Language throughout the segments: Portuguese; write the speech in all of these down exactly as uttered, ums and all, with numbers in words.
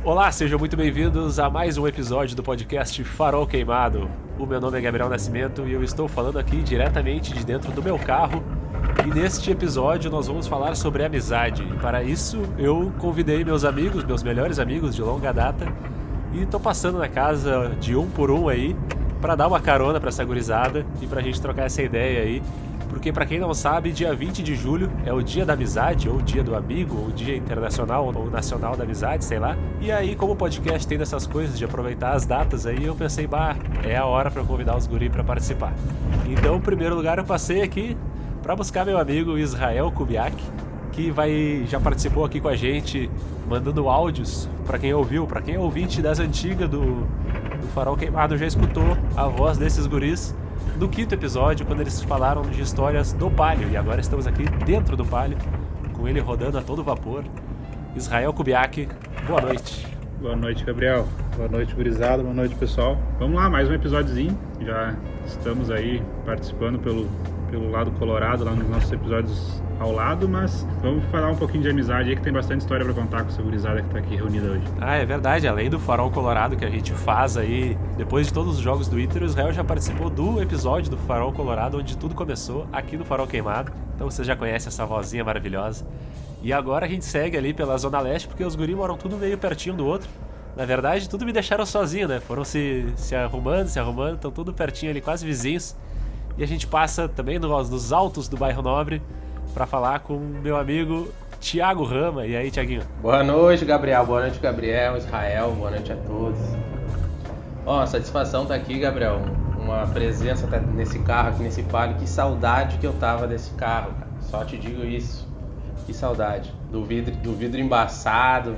Olá, sejam muito bem-vindos a mais um episódio do podcast Farol Queimado. O meu nome é Gabriel Nascimento e eu estou falando aqui diretamente de dentro do meu carro. E neste episódio nós vamos falar sobre amizade. E para isso eu convidei meus amigos, meus melhores amigos de longa data, e estou passando na casa de um por um aí para dar uma carona para essa gurizada e para a gente trocar essa ideia aí. Porque para quem não sabe, dia vinte de julho é o dia da amizade, ou dia do amigo, ou dia internacional, ou nacional da amizade, sei lá. E aí, como o podcast tem dessas coisas de aproveitar as datas aí, eu pensei, bah, é a hora para convidar os guri para participar. Então, em primeiro lugar, eu passei aqui para buscar meu amigo Israel Kubiak, que vai, já participou aqui com a gente, mandando áudios para quem ouviu, para quem é ouvinte das antigas do, do Farol Queimado, já escutou a voz desses guris no quinto episódio, quando eles falaram de histórias do Palio, e agora estamos aqui dentro do Palio, com ele rodando a todo vapor. Israel Kubiak, boa noite. Boa noite, Gabriel. Boa noite, gurizada. Boa noite, pessoal. Vamos lá, mais um episódiozinho. Já estamos aí participando pelo, pelo lado colorado, lá nos nossos episódios ao lado, mas vamos falar um pouquinho de amizade aí, que tem bastante história pra contar com essa gurizada que tá aqui reunida hoje. Ah, é verdade. Além do Farol Colorado que a gente faz aí, depois de todos os jogos do Inter, o Israel já participou do episódio do Farol Colorado, onde tudo começou, aqui no Farol Queimado. Então você já conhece essa vozinha maravilhosa. E agora a gente segue ali pela Zona Leste, porque os guris moram tudo meio pertinho do outro. Na verdade, tudo me deixaram sozinho, né? Foram se, se arrumando, se arrumando, estão tudo pertinho ali, quase vizinhos. E a gente passa também nos, nos altos do Bairro Nobre para falar com meu amigo Thiago Rama. E aí, Thiaguinho? Boa noite, Gabriel. Boa noite, Gabriel, Israel. Boa noite a todos. Ó, oh, satisfação tá aqui, Gabriel. Uma presença tá nesse carro aqui, nesse Palio. Que saudade que eu tava desse carro, cara. Só te digo isso. Que saudade. Do vidro, do vidro embaçado.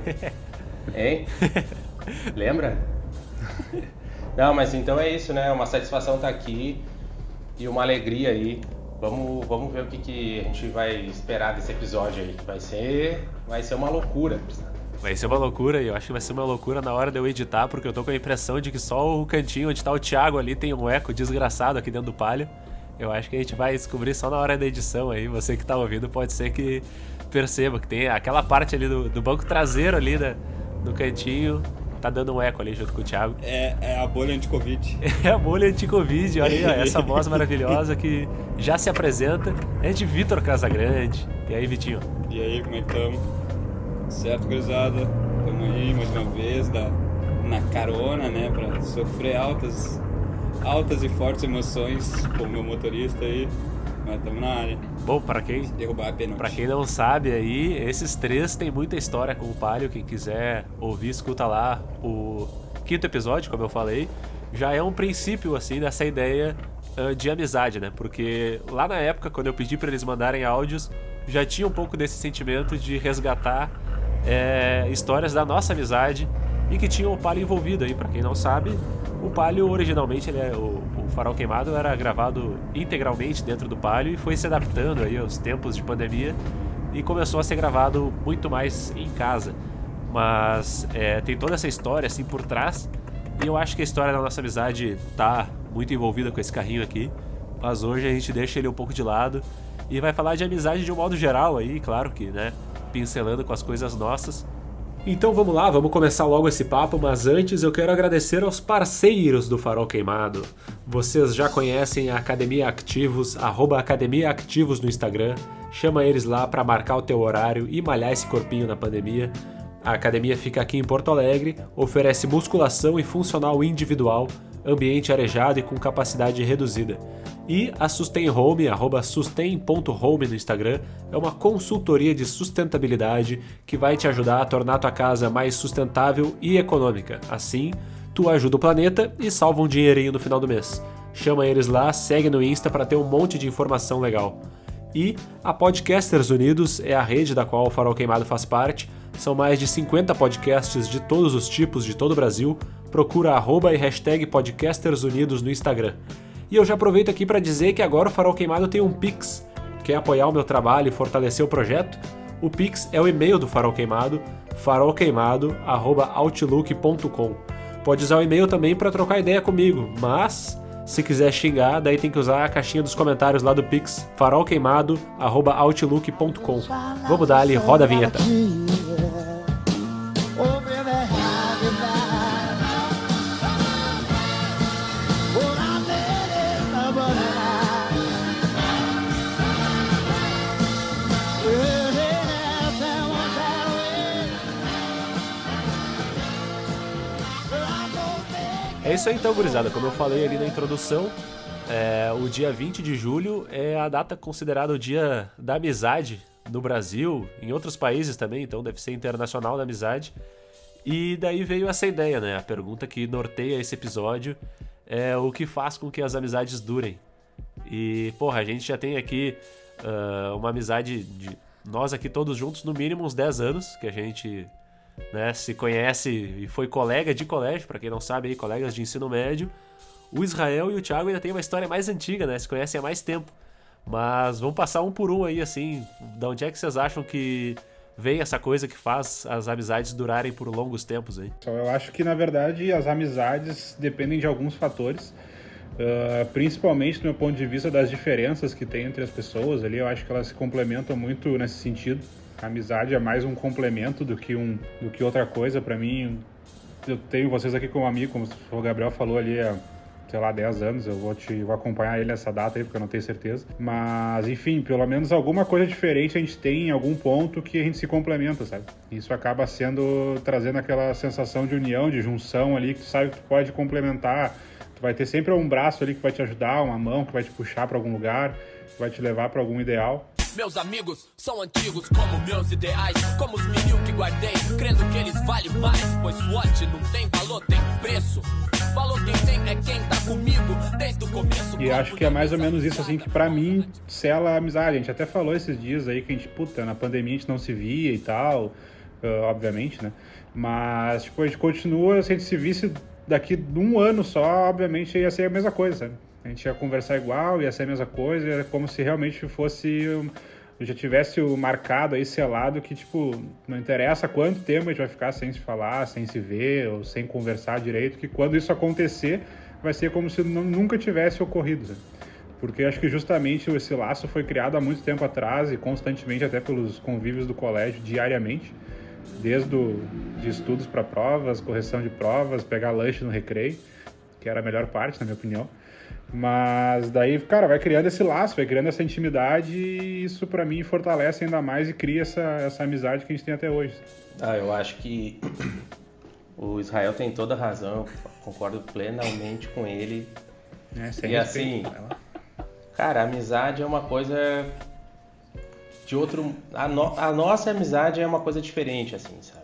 Hein? Lembra? Não, mas então é isso, né? Uma satisfação tá aqui e uma alegria aí. Vamos, vamos ver o que, que a gente vai esperar desse episódio aí. Vai ser, vai ser uma loucura. Vai ser uma loucura, e eu acho que vai ser uma loucura na hora de eu editar, porque eu tô com a impressão de que só o cantinho onde tá o Thiago ali tem um eco desgraçado aqui dentro do Palio. Eu acho que a gente vai descobrir só na hora da edição aí. Você que tá ouvindo pode ser que perceba que tem aquela parte ali do, do banco traseiro ali da, do cantinho. Tá dando um eco ali junto com o Thiago. É, é a bolha anti-Covid. É a bolha anti-Covid, olha aí, ó, essa voz maravilhosa que já se apresenta. É de Vitor Casagrande. E aí, Vitinho? E aí, como é que tamo? Certo, gurizada? Tamo aí mais uma vez da, na carona, né? Pra sofrer altas, altas e fortes emoções com o meu motorista aí. Mas tamo na área. Bom, pra quem, derrubar a pênalti. Pra quem não sabe aí, esses três têm muita história com o Palio. Quem quiser ouvir, escuta lá o quinto episódio, como eu falei. Já é um princípio, assim, dessa ideia uh, de amizade, né? Porque lá na época, quando eu pedi pra eles mandarem áudios, já tinha um pouco desse sentimento de resgatar é, histórias da nossa amizade e que tinham o Palio envolvido aí. Pra quem não sabe, o Palio originalmente, ele é, o, o Farol Queimado era gravado integralmente dentro do Palio e foi se adaptando aí aos tempos de pandemia e começou a ser gravado muito mais em casa. Mas é, tem toda essa história assim por trás, e eu acho que a história da nossa amizade tá muito envolvida com esse carrinho aqui, mas hoje a gente deixa ele um pouco de lado e vai falar de amizade de um modo geral aí, claro que, né, pincelando com as coisas nossas. Então vamos lá, vamos começar logo esse papo, mas antes eu quero agradecer aos parceiros do Farol Queimado. Vocês já conhecem a Academia Activos, arroba Academia Activos no Instagram. Chama eles lá para marcar o teu horário e malhar esse corpinho na pandemia. A academia fica aqui em Porto Alegre, oferece musculação e funcional individual, ambiente arejado e com capacidade reduzida. E a Sustain Home, arroba sustain ponto home no Instagram, é uma consultoria de sustentabilidade que vai te ajudar a tornar tua casa mais sustentável e econômica. Assim, tu ajuda o planeta e salva um dinheirinho no final do mês. Chama eles lá, segue no Insta para ter um monte de informação legal. E a Podcasters Unidos é a rede da qual o Farol Queimado faz parte. São mais de cinquenta podcasts de todos os tipos de todo o Brasil. Procura arroba e hashtag Podcasters Unidos no Instagram. E eu já aproveito aqui para dizer que agora o Farol Queimado tem um Pix. Quer apoiar o meu trabalho e fortalecer o projeto? O Pix é o e-mail do Farol Queimado, farol queimado arroba outlook ponto com. Pode usar o e-mail também para trocar ideia comigo, mas se quiser xingar, daí tem que usar a caixinha dos comentários lá do Pix, farol queimado arroba outlook ponto com. Vamos dar ali, roda a vinheta. É isso aí então, gurizada. Como eu falei ali na introdução, é, o dia vinte de julho é a data considerada o dia da amizade no Brasil, em outros países também, então deve ser internacional da amizade. E daí veio essa ideia, né? A pergunta que norteia esse episódio é o que faz com que as amizades durem. E, porra, a gente já tem aqui uh, uma amizade de nós aqui todos juntos, no mínimo uns dez anos, que a gente, né, se conhece e foi colega de colégio, pra quem não sabe aí, colegas de ensino médio. O Israel e o Thiago ainda tem uma história mais antiga, né? Se conhecem há mais tempo. Mas vamos passar um por um aí, assim. De onde é que vocês acham que vem essa coisa que faz as amizades durarem por longos tempos aí? Eu acho que, na verdade, as amizades dependem de alguns fatores. Uh, principalmente do meu ponto de vista das diferenças que tem entre as pessoas ali. Eu acho que elas se complementam muito nesse sentido. A amizade é mais um complemento do que, um, do que outra coisa. Pra mim, eu tenho vocês aqui como amigo, como o Gabriel falou ali, há, sei lá, dez anos. Eu vou, te, vou acompanhar ele nessa data aí, porque eu não tenho certeza. Mas, enfim, pelo menos alguma coisa diferente a gente tem em algum ponto que a gente se complementa, sabe? Isso acaba sendo, trazendo aquela sensação de união, de junção ali, que tu sabe que tu pode complementar. Tu vai ter sempre um braço ali que vai te ajudar, uma mão que vai te puxar para algum lugar, que vai te levar para algum ideal. Meus amigos são antigos como meus ideais, como os mil que guardei, crendo que eles valem mais, pois SWAT não tem valor, tem preço. Valor quem tem é quem tá comigo desde o começo. E acho que é mais ou menos isso, assim, que pra mim sela a amizade. A gente até falou esses dias aí que a gente, puta, na pandemia a gente não se via e tal, uh, obviamente, né? Mas, tipo, a gente continua, se a gente se visse daqui de um ano só, obviamente ia ser a mesma coisa, sabe? A gente ia conversar igual, ia ser a mesma coisa, era como se realmente fosse, já tivesse o marcado aí, selado, que tipo, não interessa quanto tempo a gente vai ficar sem se falar, sem se ver, ou sem conversar direito, que quando isso acontecer, vai ser como se não, nunca tivesse ocorrido, sabe? Porque acho que justamente esse laço foi criado há muito tempo atrás e constantemente até pelos convívios do colégio, diariamente, desde o, de estudos para provas, correção de provas, pegar lanche no recreio, que era a melhor parte, na minha opinião. Mas daí, cara, vai criando esse laço, vai criando essa intimidade e isso pra mim fortalece ainda mais e cria essa, essa amizade que a gente tem até hoje. Ah, eu acho que o Israel tem toda a razão, eu concordo plenamente com ele. É, sem e respeito, assim, cara, a amizade é uma coisa de outro... A, no... a nossa amizade é uma coisa diferente, assim, sabe?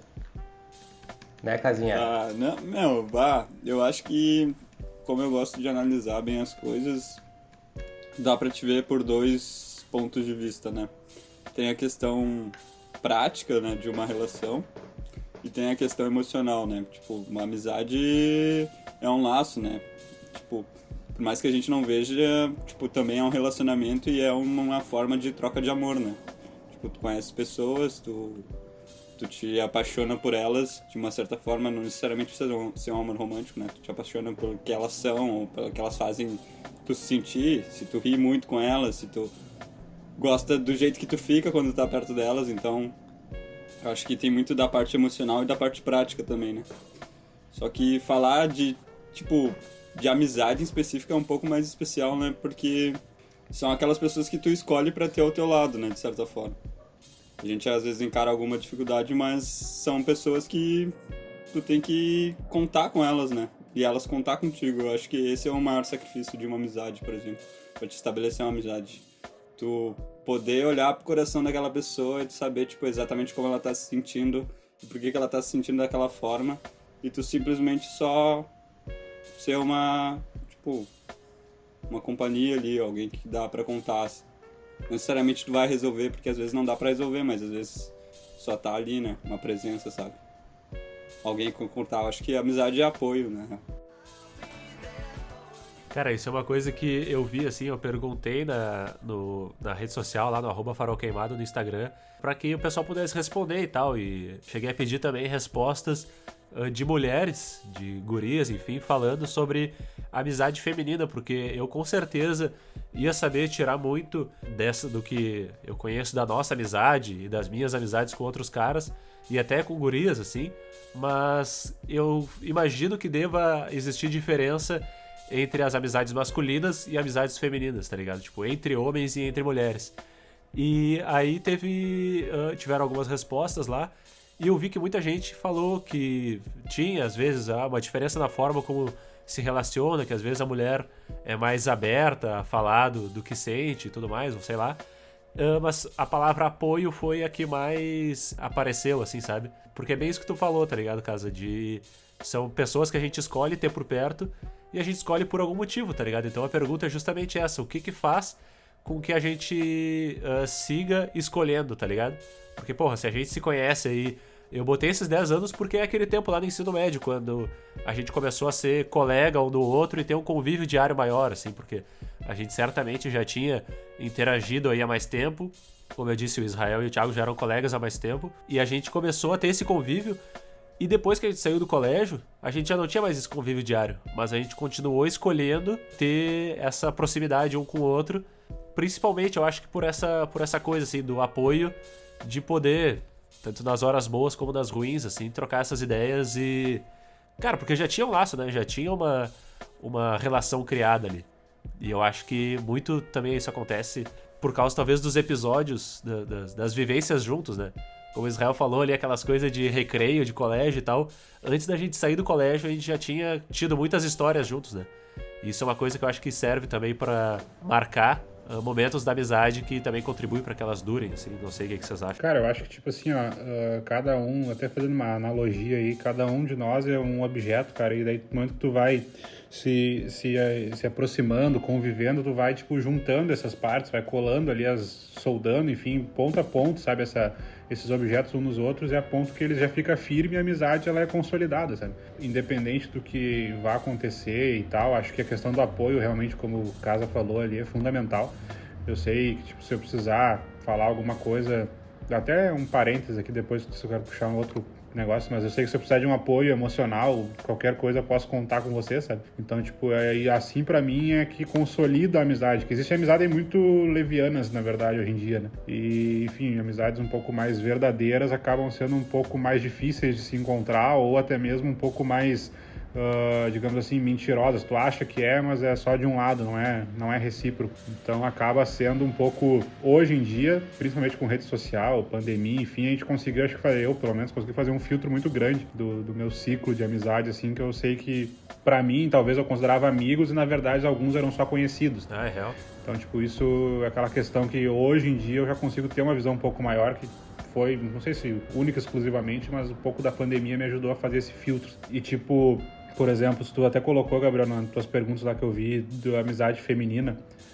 Né, Casinha? Ah, não, não, vá, eu acho que, como eu gosto de analisar bem as coisas, dá pra te ver por dois pontos de vista, né? Tem a questão prática, né, de uma relação, e tem a questão emocional, né? Tipo, uma amizade é um laço, né? Tipo, por mais que a gente não veja, tipo, também é um relacionamento e é uma forma de troca de amor, né? Tipo, tu conhece pessoas, tu... tu te apaixona por elas de uma certa forma, não necessariamente precisa ser um amor romântico, né? Tu te apaixona pelo que elas são, ou pelo que elas fazem tu se sentir, se tu ri muito com elas, se tu gosta do jeito que tu fica quando tu tá perto delas, então eu acho que tem muito da parte emocional e da parte prática também, né? Só que falar de, tipo, de amizade em específico é um pouco mais especial, né? Porque são aquelas pessoas que tu escolhe pra ter ao teu lado, né? De certa forma. A gente às vezes encara alguma dificuldade, mas são pessoas que tu tem que contar com elas, né? E elas contar contigo. Eu acho que esse é o maior sacrifício de uma amizade, por exemplo. Pra te estabelecer uma amizade. Tu poder olhar pro coração daquela pessoa e saber, tipo, exatamente como ela tá se sentindo e por que que ela tá se sentindo daquela forma. E tu simplesmente só ser uma, tipo, uma companhia ali, alguém que dá pra contar. Não necessariamente tu vai resolver, porque às vezes não dá pra resolver, mas às vezes só tá ali, né? Uma presença, sabe? Alguém contar. Acho que a amizade é apoio, né? Cara, isso é uma coisa que eu vi, assim, eu perguntei na, no, na rede social, lá no arroba farolqueimado no Instagram, pra que o pessoal pudesse responder e tal, e cheguei a pedir também respostas uh, de mulheres, de gurias, enfim, falando sobre amizade feminina, porque eu com certeza ia saber tirar muito dessa, do que eu conheço da nossa amizade e das minhas amizades com outros caras, e até com gurias, assim, mas eu imagino que deva existir diferença entre as amizades masculinas e amizades femininas, tá ligado? Tipo, entre homens e entre mulheres. E aí teve... Uh, tiveram algumas respostas lá, e eu vi que muita gente falou que tinha, às vezes, uh, uma diferença na forma como se relaciona, que às vezes a mulher é mais aberta a falar do, do que sente e tudo mais, ou sei lá. Uh, mas a palavra apoio foi a que mais apareceu, assim, sabe? Porque é bem isso que tu falou, tá ligado, Casa? De... São pessoas que a gente escolhe ter por perto e a gente escolhe por algum motivo, tá ligado? Então a pergunta é justamente essa: o que que faz com que a gente uh, siga escolhendo, tá ligado? Porque, porra, se a gente se conhece aí... Eu botei esses dez anos porque é aquele tempo lá no ensino médio, quando a gente começou a ser colega um do outro e ter um convívio diário maior, assim, porque a gente certamente já tinha interagido aí há mais tempo. Como eu disse, o Israel e o Thiago já eram colegas há mais tempo, e a gente começou a ter esse convívio. E depois que a gente saiu do colégio, a gente já não tinha mais esse convívio diário, mas a gente continuou escolhendo ter essa proximidade um com o outro, principalmente, eu acho que por essa, por essa coisa, assim, do apoio, de poder, tanto nas horas boas como nas ruins, assim, trocar essas ideias e... Cara, porque já tinha um laço, né? Já tinha uma, uma relação criada ali. E eu acho que muito também isso acontece por causa, talvez, dos episódios, da, das, das vivências juntos, né? Como o Israel falou ali, aquelas coisas de recreio, de colégio e tal. Antes da gente sair do colégio, a gente já tinha tido muitas histórias juntos, né? E isso é uma coisa que eu acho que serve também pra marcar uh, momentos da amizade que também contribuem pra que elas durem, assim. Não sei o que, que vocês acham. Cara, eu acho que, tipo assim, ó, uh, cada um, até fazendo uma analogia aí, cada um de nós é um objeto, cara, e daí no momento que tu vai se, se, se aproximando, convivendo, tu vai, tipo, juntando essas partes, vai colando ali, as soldando, enfim, ponto a ponto, sabe, essa... esses objetos uns nos outros, é a ponto que eles já fica firme e a amizade ela é consolidada, sabe? Independente do que vá acontecer e tal, acho que a questão do apoio realmente, como o Casa falou ali, é fundamental. Eu sei que, tipo, se eu precisar falar alguma coisa, até um parênteses aqui, depois se eu quero puxar um outro negócio, mas eu sei que se eu precisar de um apoio emocional, qualquer coisa eu posso contar com você, sabe? Então, tipo, é, assim pra mim é que consolida a amizade, que existe amizades muito levianas, na verdade, hoje em dia, né? E, enfim, amizades um pouco mais verdadeiras acabam sendo um pouco mais difíceis de se encontrar ou até mesmo um pouco mais... Uh, digamos assim, mentirosas. Tu acha que é, mas é só de um lado, não é, não é recíproco. Então acaba sendo um pouco, hoje em dia, principalmente com rede social, pandemia, enfim, a gente conseguiu, acho que fazer, eu pelo menos, consegui fazer um filtro muito grande do, do meu ciclo de amizade, assim, que eu sei que, pra mim, talvez eu considerava amigos e, na verdade, alguns eram só conhecidos. Ah, é real. Então, tipo, isso é aquela questão que hoje em dia eu já consigo ter uma visão um pouco maior, que foi, não sei se única exclusivamente, mas um pouco da pandemia me ajudou a fazer esse filtro. E, tipo... Por exemplo, se tu até colocou, Gabriel, nas tuas perguntas lá que eu vi, da amizade feminina,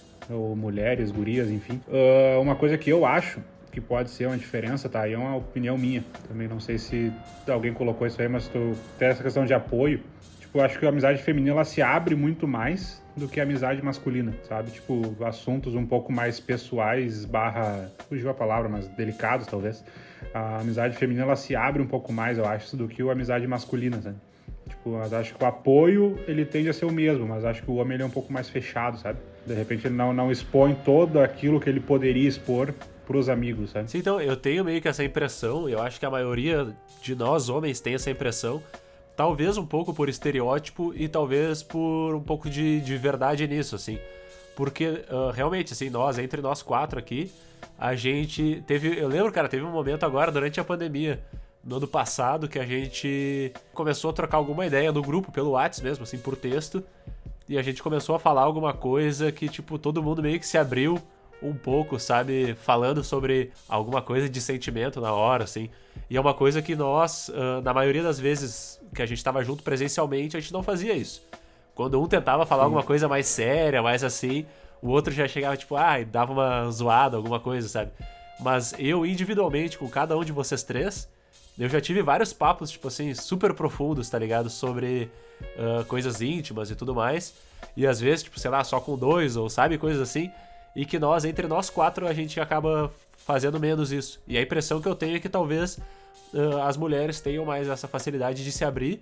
ou mulheres, gurias, enfim. Uh, uma coisa que eu acho que pode ser uma diferença, tá? E é uma opinião minha. Também não sei se alguém colocou isso aí, mas tu tem essa questão de apoio. Tipo, eu acho que a amizade feminina, ela se abre muito mais do que a amizade masculina, sabe? Tipo, assuntos um pouco mais pessoais, barra... Fugiu a palavra, mas delicados, talvez. A amizade feminina, ela se abre um pouco mais, eu acho, do que a amizade masculina, sabe? Tipo, mas acho que o apoio, ele tende a ser o mesmo, mas acho que o homem ele é um pouco mais fechado, sabe? De repente ele não, não expõe todo aquilo que ele poderia expor pros amigos, sabe? Sim, então, eu tenho meio que essa impressão, eu acho que a maioria de nós, homens, tem essa impressão, talvez um pouco por estereótipo e talvez por um pouco de, de verdade nisso, assim. Porque, uh, realmente, assim, nós, entre nós quatro aqui, a gente teve... Eu lembro, cara, teve um momento agora, durante a pandemia, no ano passado, que a gente começou a trocar alguma ideia no grupo, pelo WhatsApp mesmo, assim, por texto, e a gente começou a falar alguma coisa que, tipo, todo mundo meio que se abriu um pouco, sabe, falando sobre alguma coisa de sentimento na hora, assim, e é uma coisa que nós, uh, na maioria das vezes que a gente tava junto presencialmente, a gente não fazia isso. Quando um tentava falar Sim. alguma coisa mais séria, mais assim, o outro já chegava, tipo, ah, e dava uma zoada, alguma coisa, sabe? Mas eu, individualmente, com cada um de vocês três, eu já tive vários papos, tipo assim, super profundos, tá ligado? Sobre uh, coisas íntimas e tudo mais. E às vezes, tipo, sei lá, só com dois, ou sabe, coisas assim. E que nós, entre nós quatro, a gente acaba fazendo menos isso. E a impressão que eu tenho é que talvez uh, as mulheres tenham mais essa facilidade de se abrir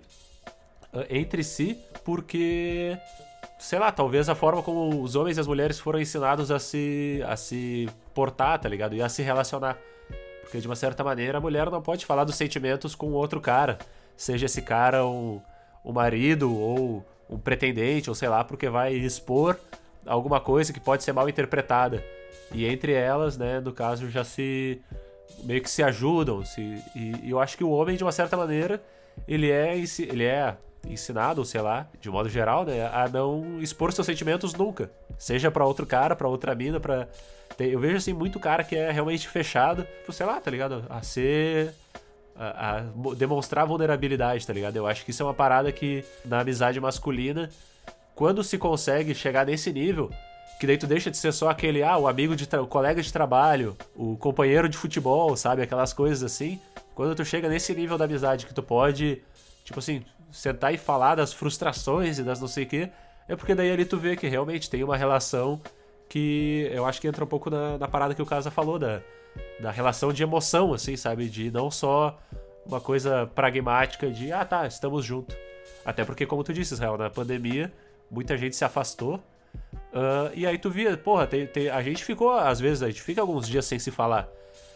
uh, entre si, porque, sei lá, talvez a forma como os homens e as mulheres foram ensinados a se, a se portar, tá ligado? E a se relacionar. Porque, de uma certa maneira, a mulher não pode falar dos sentimentos com outro cara. Seja esse cara um, um marido ou um pretendente, ou sei lá, porque vai expor alguma coisa que pode ser mal interpretada. E entre elas, né, no caso, já se... meio que se ajudam. Se, e, e eu acho que o homem, de uma certa maneira, ele é, ele é ensinado, ou sei lá, de modo geral, né, a não expor seus sentimentos nunca. Seja pra outro cara, pra outra mina, pra... Eu vejo, assim, muito cara que é realmente fechado, tipo, sei lá, tá ligado? A ser... A, a demonstrar vulnerabilidade, tá ligado? Eu acho que isso é uma parada que, na amizade masculina, quando se consegue chegar nesse nível, que daí tu deixa de ser só aquele, ah, o amigo de tra... o colega de trabalho, o companheiro de futebol, sabe? Aquelas coisas assim. Quando tu chega nesse nível da amizade que tu pode, tipo assim, sentar e falar das frustrações e das não sei o quê, é porque daí ali tu vê que realmente tem uma relação que eu acho que entra um pouco na, na parada que o Casa falou, da, da relação de emoção, assim, sabe? De não só uma coisa pragmática de, ah, tá, estamos juntos. Até porque, como tu disse, Israel, na pandemia, muita gente se afastou. Uh, e aí tu via, porra, tem, tem, a gente ficou, às vezes, a gente fica alguns dias sem se falar.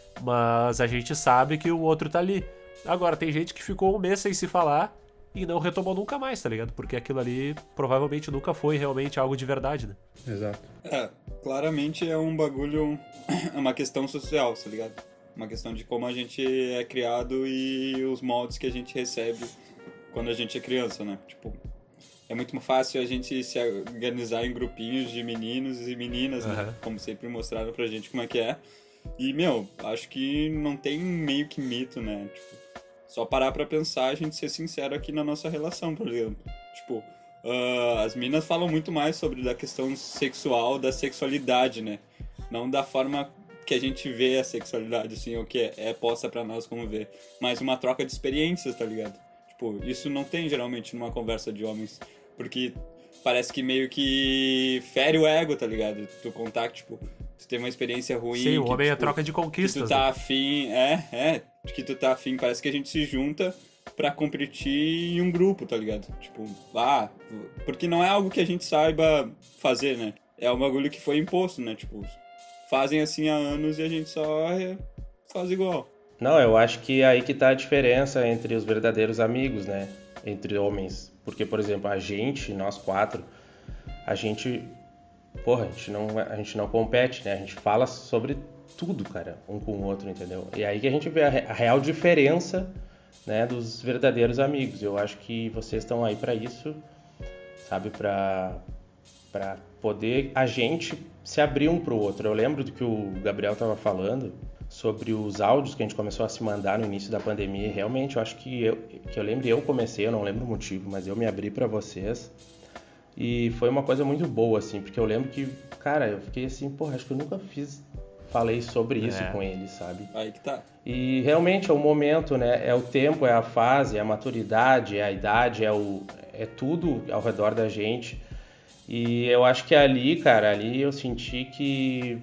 Mas a gente sabe que o outro tá ali. Agora, tem gente que ficou um mês sem se falar e não retomou nunca mais, tá ligado? Porque aquilo ali provavelmente nunca foi realmente algo de verdade, né? Exato. É, claramente é um bagulho, é uma questão social, tá ligado? Uma questão de como a gente é criado e os moldes que a gente recebe quando a gente é criança, né? Tipo, é muito fácil a gente se organizar em grupinhos de meninos e meninas, uhum. né? Como sempre mostraram pra gente como é que é. E, meu, acho que não tem meio que mito, né? Tipo, só parar pra pensar, a gente ser sincero aqui na nossa relação, por exemplo. Tipo, uh, as meninas falam muito mais sobre da questão sexual, da sexualidade, né? Não da forma que a gente vê a sexualidade, assim, ou que é, é posta pra nós como ver. Mas uma troca de experiências, tá ligado? Tipo, isso não tem geralmente numa conversa de homens. Porque parece que meio que fere o ego, tá ligado? Tu contar que, tipo, tu tem uma experiência ruim. Sim, o que, homem tipo, é troca de conquistas. Que tu tá né? afim, é, é, que tu tá afim, parece que a gente se junta pra competir em um grupo, tá ligado? Tipo, ah, porque não é algo que a gente saiba fazer, né? É um bagulho que foi imposto, né? Tipo, fazem assim há anos e a gente só faz igual. Não, eu acho que é aí que tá a diferença entre os verdadeiros amigos, né? Entre homens. Porque, por exemplo, a gente, nós quatro, a gente... Porra, a gente não, a gente não compete, né? A gente fala sobre tudo, cara, um com o outro, entendeu? E aí que a gente vê a, a real diferença, né, dos verdadeiros amigos. Eu acho que vocês estão aí pra isso, sabe? Pra, pra poder a gente se abrir um pro outro. Eu lembro do que o Gabriel tava falando sobre os áudios que a gente começou a se mandar no início da pandemia. Realmente, eu acho que eu, que eu lembro, eu comecei, eu não lembro o motivo, mas eu me abri pra vocês. E foi uma coisa muito boa, assim, porque eu lembro que, cara, eu fiquei assim, porra, acho que eu nunca fiz, falei sobre isso é. com eles, sabe? Aí que tá. E realmente é o momento, né? É o tempo, é a fase, é a maturidade, é a idade, é, o, é tudo ao redor da gente. E eu acho que ali, cara, ali eu senti que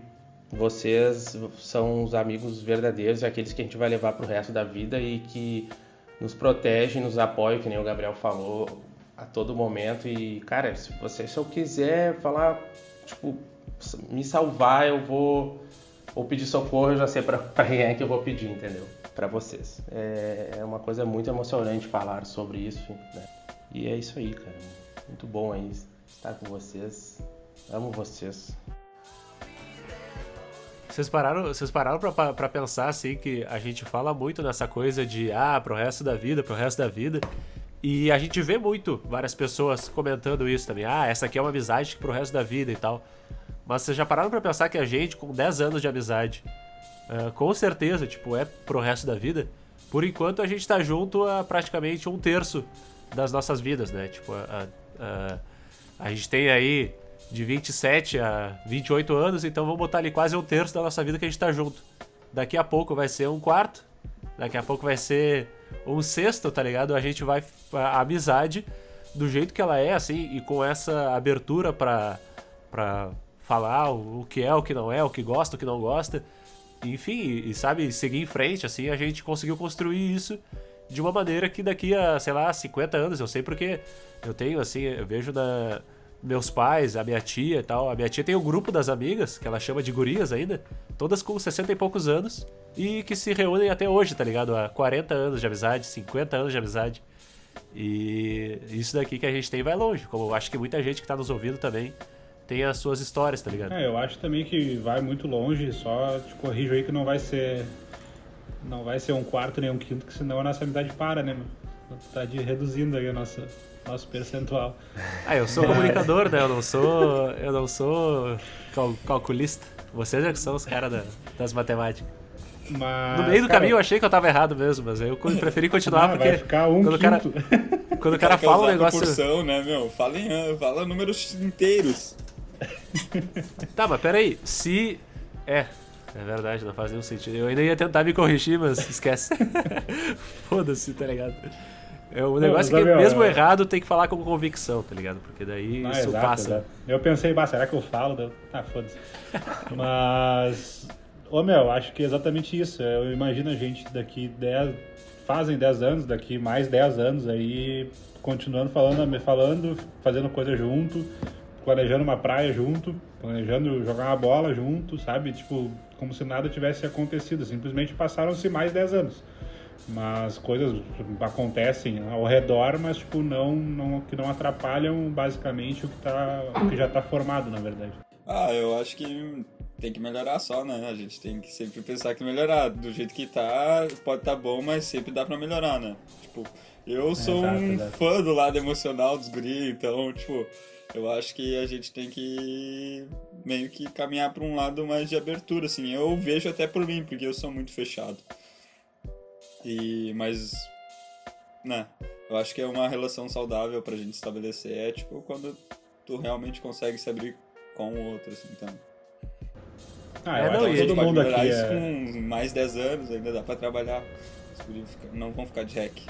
vocês são os amigos verdadeiros, aqueles que a gente vai levar pro resto da vida e que nos protegem, nos apoiam, que nem o Gabriel falou, a todo momento. E, cara, se você se eu quiser falar, tipo, me salvar, eu vou ou pedir socorro, eu já sei pra, pra quem é que eu vou pedir, entendeu? Pra vocês. É, é uma coisa muito emocionante falar sobre isso, né? E é isso aí, cara. Muito bom aí estar com vocês. Amo vocês. Vocês pararam, vocês pararam pra, pra pensar, assim, que a gente fala muito nessa coisa de, ah, pro resto da vida, pro resto da vida. E a gente vê muito várias pessoas comentando isso também. Ah, essa aqui é uma amizade pro resto da vida e tal. Mas vocês já pararam pra pensar que a gente, com dez anos de amizade, uh, com certeza, tipo, é pro resto da vida? Por enquanto, a gente tá junto há praticamente um terço das nossas vidas, né? Tipo, a, a, a gente tem aí de vinte e sete a vinte e oito anos, então vamos botar ali quase um terço da nossa vida que a gente tá junto. Daqui a pouco vai ser um quarto, daqui a pouco vai ser um sexto, tá ligado? A gente vai... A amizade, do jeito que ela é, assim, e com essa abertura pra, pra falar o que é, o que não é, o que gosta, o que não gosta, enfim, e, e sabe, seguir em frente, assim, a gente conseguiu construir isso de uma maneira que daqui a, sei lá, cinquenta anos, eu sei porque eu tenho, assim, eu vejo na... meus pais, a minha tia e tal. A minha tia tem um grupo das amigas, que ela chama de gurias ainda, todas com sessenta e poucos anos, e que se reúnem até hoje, tá ligado? Há quarenta anos de amizade, cinquenta anos de amizade. E isso daqui que a gente tem vai longe, como eu acho que muita gente que tá nos ouvindo também tem as suas histórias, tá ligado? É, eu acho também que vai muito longe, só te corrijo aí que não vai ser não vai ser um quarto nem um quinto, que senão a nossa amizade para, né, mano? Tá de, reduzindo aí a nossa nosso percentual. Ah, eu sou comunicador, né? Eu não sou, eu não sou cal- calculista. Vocês é que são os caras da, das matemáticas. Mas, No meio do cara, caminho eu achei que eu tava errado mesmo, mas eu preferi continuar ah, porque vai ficar um quando o cara, quinto. quando o cara quer fala um usar negócio... proporção, né, meu? Fala, em, fala números inteiros. Tá, mas peraí, se... É, é verdade, não faz nenhum sentido. Eu ainda ia tentar me corrigir, mas esquece. Foda-se, tá ligado? É, o negócio Não, é que Gabriel, mesmo eu- errado tem que falar com convicção, tá ligado? Porque daí Não, isso exato, passa. exato. Eu pensei, bah, será que eu falo? Deu- Ah, foda-se. Mas, ô meu, acho que é exatamente isso. Eu imagino a gente daqui dez, fazem dez anos, daqui mais dez anos aí, continuando falando, falando, fazendo coisa junto, planejando uma praia junto, planejando jogar uma bola junto, sabe? Tipo, como se nada tivesse acontecido. Simplesmente passaram-se mais dez anos. Mas coisas acontecem ao redor, mas tipo, não, não, que não atrapalham basicamente o que, tá, o que já está formado, na verdade. Ah, eu acho que tem que melhorar só, né? A gente tem que sempre pensar que melhorar. Do jeito que tá, pode tá bom, mas sempre dá pra melhorar, né? Tipo, eu sou Exato, um exato. fã do lado emocional dos guri, então, tipo, eu acho que a gente tem que meio que caminhar pra um lado mais de abertura, assim. Eu vejo até por mim, porque eu sou muito fechado. E, mas, né, eu acho que é uma relação saudável pra gente estabelecer, é tipo quando tu realmente consegue se abrir com o outro, assim, então. Ah, É, eu não, acho e que ele todo pode mundo melhorar aqui isso é... com mais dez anos, ainda dá pra trabalhar. Os guri fica- não vão ficar de hack.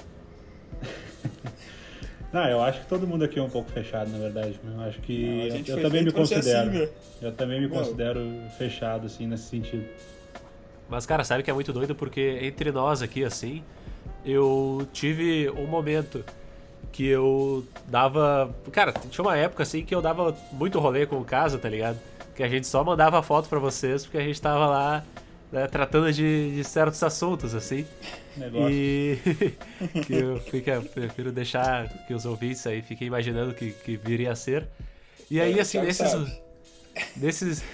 Não, eu acho que todo mundo aqui é um pouco fechado, na verdade. Eu acho que Não, a gente eu foi também me feito pra ser considero. assim, né? eu também me Não. considero fechado, assim, nesse sentido. Mas, cara, sabe que é muito doido porque entre nós aqui, assim, eu tive um momento que eu dava... Cara, tinha uma época, assim, que eu dava muito rolê com o Casa, tá ligado? Que a gente só mandava foto pra vocês porque a gente tava lá, né, tratando de, de certos assuntos, assim. Negócio. E que eu fica, prefiro deixar que os ouvintes aí fiquem imaginando que, que viria a ser. E aí, É, assim, Thiago nesses... sabe. Nesses...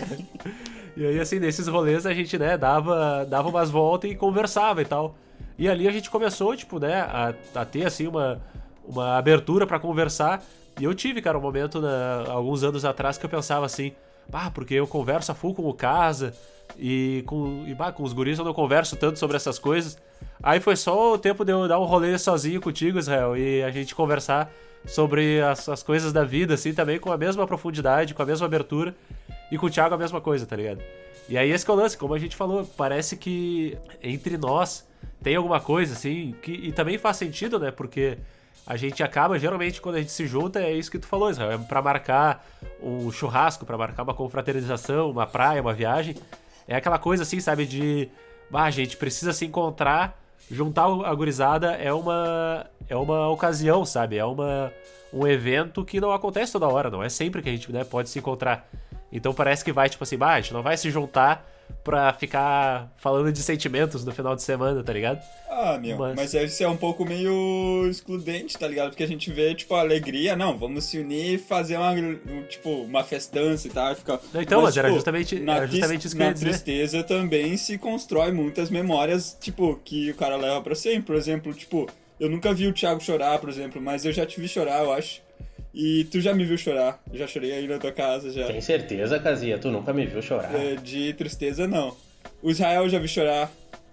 E aí, assim, nesses rolês a gente, né, dava, dava umas voltas e conversava e tal. E ali a gente começou, tipo, né, a, a ter, assim, uma, uma abertura pra conversar. E eu tive, cara, um momento, na, alguns anos atrás, que eu pensava assim, ah, porque eu converso a full com o Casa e com, e, bah, com os guris eu não converso tanto sobre essas coisas. Aí foi só o tempo de eu dar um rolê sozinho contigo, Israel, e a gente conversar sobre as, as coisas da vida, assim, também com a mesma profundidade, com a mesma abertura. E com o Thiago a mesma coisa, tá ligado? E aí esse que é o lance, como a gente falou, parece que entre nós tem alguma coisa, assim, que, e também faz sentido, né? Porque a gente acaba, geralmente, quando a gente se junta, é isso que tu falou, Israel, é pra marcar um churrasco, pra marcar uma confraternização, uma praia, uma viagem. É aquela coisa, assim, sabe, de... Ah, a gente precisa se encontrar, juntar a gurizada é uma, é uma ocasião, sabe? É uma, um evento que não acontece toda hora, não é sempre que a gente, né, pode se encontrar. Então parece que vai, tipo assim, bah, a gente não vai se juntar pra ficar falando de sentimentos no final de semana, tá ligado? Ah, meu, Mas- mas, isso é um pouco meio excludente, tá ligado? Porque a gente vê, tipo, a alegria, não, vamos se unir e fazer uma, um, tipo, uma festança e tal, e ficar... Não, então, mas era tipo, justamente- na era justamente tris- isso que eu ia Na dizer. tristeza também se constrói muitas memórias, tipo, que o cara leva pra sempre. Por exemplo, tipo, eu nunca vi o Thiago chorar, por exemplo, mas eu já te vi chorar, eu acho. E tu já me viu chorar, eu já chorei aí na tua casa, já. Tem certeza, Casia? Tu nunca me viu chorar. É, de tristeza, não. O Israel eu já vi chorar,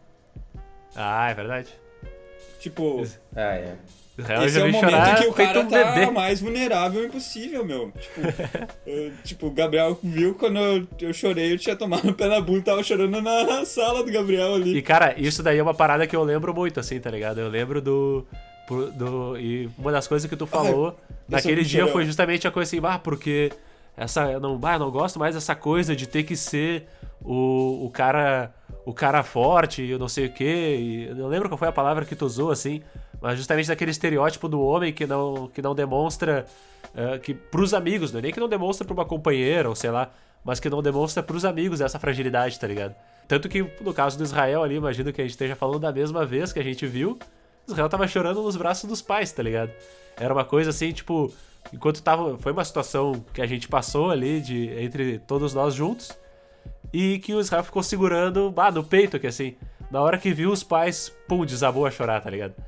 Ah, é verdade. tipo... Ah, é. Israel Esse já é o vi momento chorar em que o feito cara um tá bebê. mais vulnerável impossível, meu. Tipo, eu- tipo, o Gabriel viu quando eu, eu chorei, eu tinha tomado o pé na bunda, tava chorando na sala do Gabriel ali. E, cara, isso daí é uma parada que eu lembro muito, assim, tá ligado? Eu lembro do... pro- do e uma das coisas que tu falou naquele muito dia chorão. foi justamente a coisa assim, ah, porque essa, eu não, ah, não gosto mais dessa coisa de ter que ser o, o cara o cara forte, eu não sei o quê. E eu não lembro qual foi a palavra que tu usou, assim, mas justamente daquele estereótipo do homem que não, que não demonstra uh, que pros amigos, não é nem que não demonstra pra uma companheira, ou sei lá, mas que não demonstra pros amigos essa fragilidade, tá ligado? Tanto que no caso do Israel ali, imagino que a gente esteja falando da mesma vez que a gente viu, Israel tava chorando nos braços dos pais, tá ligado? Era uma coisa assim, tipo, enquanto tava... Foi uma situação que a gente passou ali, de, entre todos nós juntos, e que o Israel ficou segurando, bah, no peito, que assim, na hora que viu os pais, pum, desabou a chorar, tá ligado?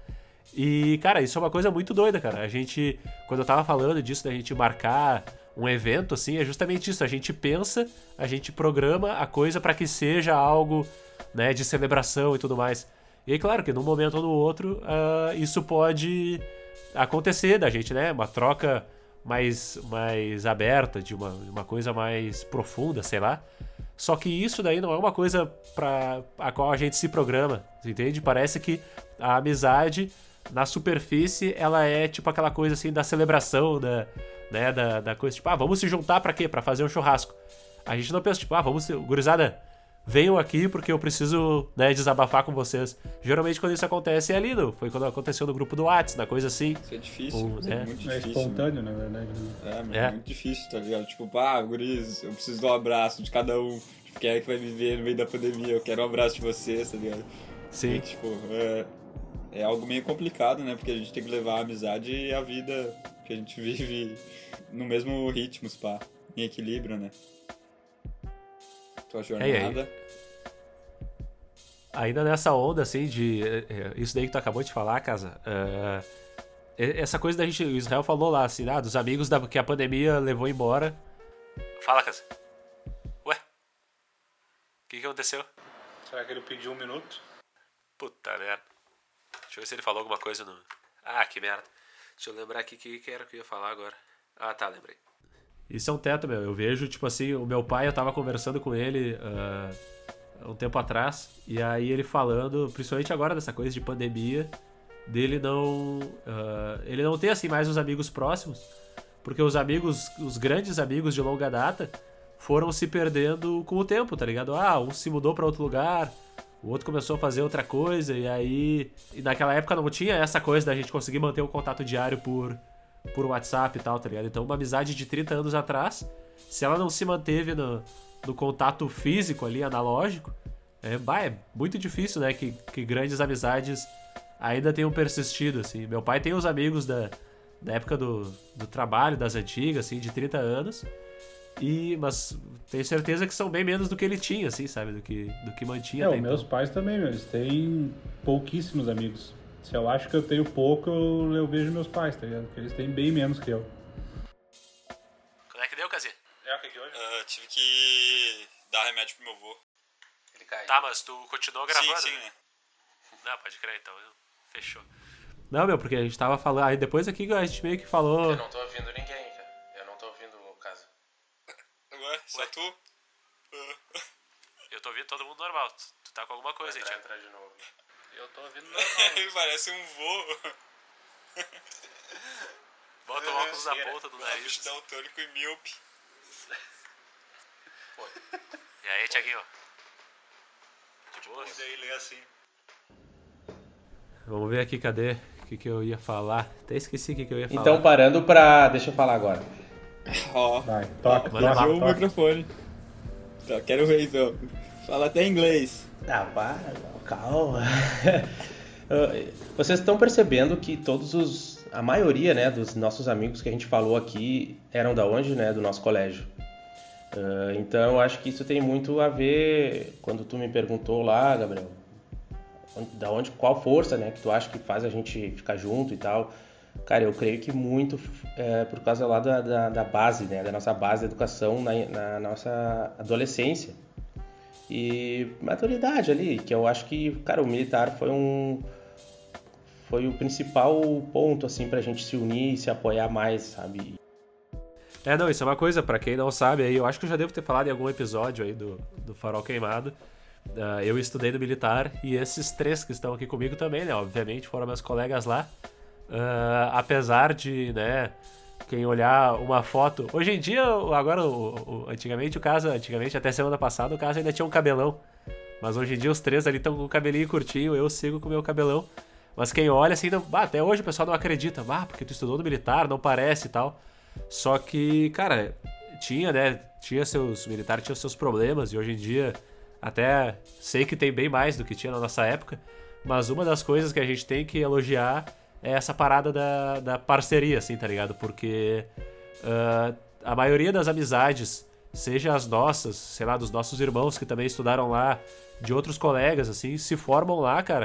E, cara, isso é uma coisa muito doida, cara. A gente, quando eu tava falando disso, da gente marcar um evento, assim, é justamente isso. A gente pensa, a gente programa a coisa pra que seja algo, né, de celebração e tudo mais. E aí, claro que num momento ou no outro, uh, isso pode acontecer da gente, né? Uma troca mais, mais aberta, de uma, uma coisa mais profunda, sei lá. Só que isso daí não é uma coisa pra a qual a gente se programa, entende? Parece que a amizade, na superfície, ela é tipo aquela coisa assim da celebração, da, né, da, da coisa tipo, ah, vamos se juntar pra quê? Pra fazer um churrasco. A gente não pensa tipo, ah, vamos, gurizada, venham aqui porque eu preciso, né, desabafar com vocês. Geralmente quando isso acontece é ali, no, foi quando aconteceu no grupo do WhatsApp, na coisa assim. Isso é difícil, Ou, isso né? é muito É difícil. espontâneo, na verdade. É, mas É. é muito difícil, tá ligado? Tipo, pá, guris, eu preciso de um abraço de cada um. Tipo, quem é que vai viver no meio da pandemia? Eu quero um abraço de vocês, tá ligado? Sim. E, tipo, é, é algo meio complicado, né? Porque a gente tem que levar a amizade e a vida que a gente vive no mesmo ritmo, pá, em equilíbrio, né? Tua jornada. Ainda nessa onda, assim, de... é, é, isso daí que tu acabou de falar, Casa. é, é, essa coisa da gente... O Israel falou lá, assim, ah, dos amigos da, que a pandemia levou embora. Fala, Casa. Ué? O que que aconteceu? Será que ele pediu um minuto? Puta merda. Deixa eu ver se ele falou alguma coisa no... Ah, que merda. Deixa eu lembrar aqui o que, que era que eu ia falar agora. Ah, tá, lembrei. Isso é um teto, meu. Eu vejo, tipo assim, o meu pai, eu tava conversando com ele... Uh... um tempo atrás, e aí ele falando, principalmente agora dessa coisa de pandemia, dele não uh, ele não ter assim mais os amigos próximos, porque os amigos, os grandes amigos de longa data foram se perdendo com o tempo, tá ligado? Ah, um se mudou pra outro lugar, o outro começou a fazer outra coisa, e aí e naquela época não tinha essa coisa da gente conseguir manter um contato diário por, por WhatsApp e tal, tá ligado? Então uma amizade de trinta anos atrás, se ela não se manteve no no contato físico ali, analógico, é, bah, é muito difícil, né, que, que grandes amizades ainda tenham persistido, assim. Meu pai tem os amigos da, da época do, do trabalho, das antigas, assim, de trinta anos, e, mas tenho certeza que são bem menos do que ele tinha, assim, sabe, do que, do que mantinha É, até os meus então. pais também, meu, eles têm pouquíssimos amigos. Se eu acho que eu tenho pouco, eu, eu vejo meus pais, tá ligado? Porque eles têm bem menos que eu. Como é que deu, Casinha? É o que que hoje? Uh, tive que dar remédio pro meu avô. Ele caiu. Tá, mas tu continuou gravando, sim, sim, né? né? Não, pode crer, então, fechou. Não, meu, porque a gente tava falando, aí depois aqui a gente meio que falou... Eu não tô ouvindo ninguém, cara. Eu não tô ouvindo o caso. Ué, só Ué. tu? Uh. Eu tô ouvindo todo mundo normal, tu, tu tá com alguma coisa aí, Entrar, Thiago. entrar de novo. Eu tô ouvindo normal. Ele parece um vô. Bota o óculos na ponta do Bicho nariz. daltônico e míope. E aí, Thiaguinho? De boa? daí lê assim. Vamos ver aqui, cadê? O que, que eu ia falar? Até esqueci o que, que eu ia falar. Então, parando pra... Deixa eu falar agora. Ó, Vai, toca, Manda toca, lá, viu o toca. microfone. Tá, quero ver então. Fala até inglês. Ah, para, calma. Vocês estão percebendo que todos os... A maioria, né, dos nossos amigos que a gente falou aqui eram da onde, né? Do nosso colégio. Uh, então, eu acho que isso tem muito a ver... Quando tu me perguntou lá, Gabriel, onde, da onde, qual força, né, que tu acha que faz a gente ficar junto e tal. Cara, eu creio que muito é por causa lá da, da, da base, né, da nossa base de educação na, na nossa adolescência. E maturidade ali, que eu acho que, cara, o militar foi um... Foi o principal ponto, assim, pra gente se unir e se apoiar mais, sabe? É, não, isso é uma coisa, pra quem não sabe, aí eu acho que eu já devo ter falado em algum episódio aí do, do Farol Queimado. Uh, eu estudei no militar e esses três que estão aqui comigo também, né, obviamente, foram meus colegas lá. Uh, apesar de, né, quem olhar uma foto... Hoje em dia, agora, o, o, antigamente o caso, antigamente até semana passada, o caso ainda tinha um cabelão. Mas hoje em dia os três ali estão com o cabelinho curtinho, eu sigo com o meu cabelão. Mas quem olha assim, não, bah, até hoje o pessoal não acredita, bah, porque tu estudou no militar, não parece e tal. Só que, cara, tinha, né, tinha seus, militar tinha seus problemas e hoje em dia até sei que tem bem mais do que tinha na nossa época, mas uma das coisas que a gente tem que elogiar é essa parada da, da parceria, assim, tá ligado? Porque uh, a maioria das amizades, seja as nossas, sei lá, dos nossos irmãos que também estudaram lá, de outros colegas, assim, se formam lá, cara,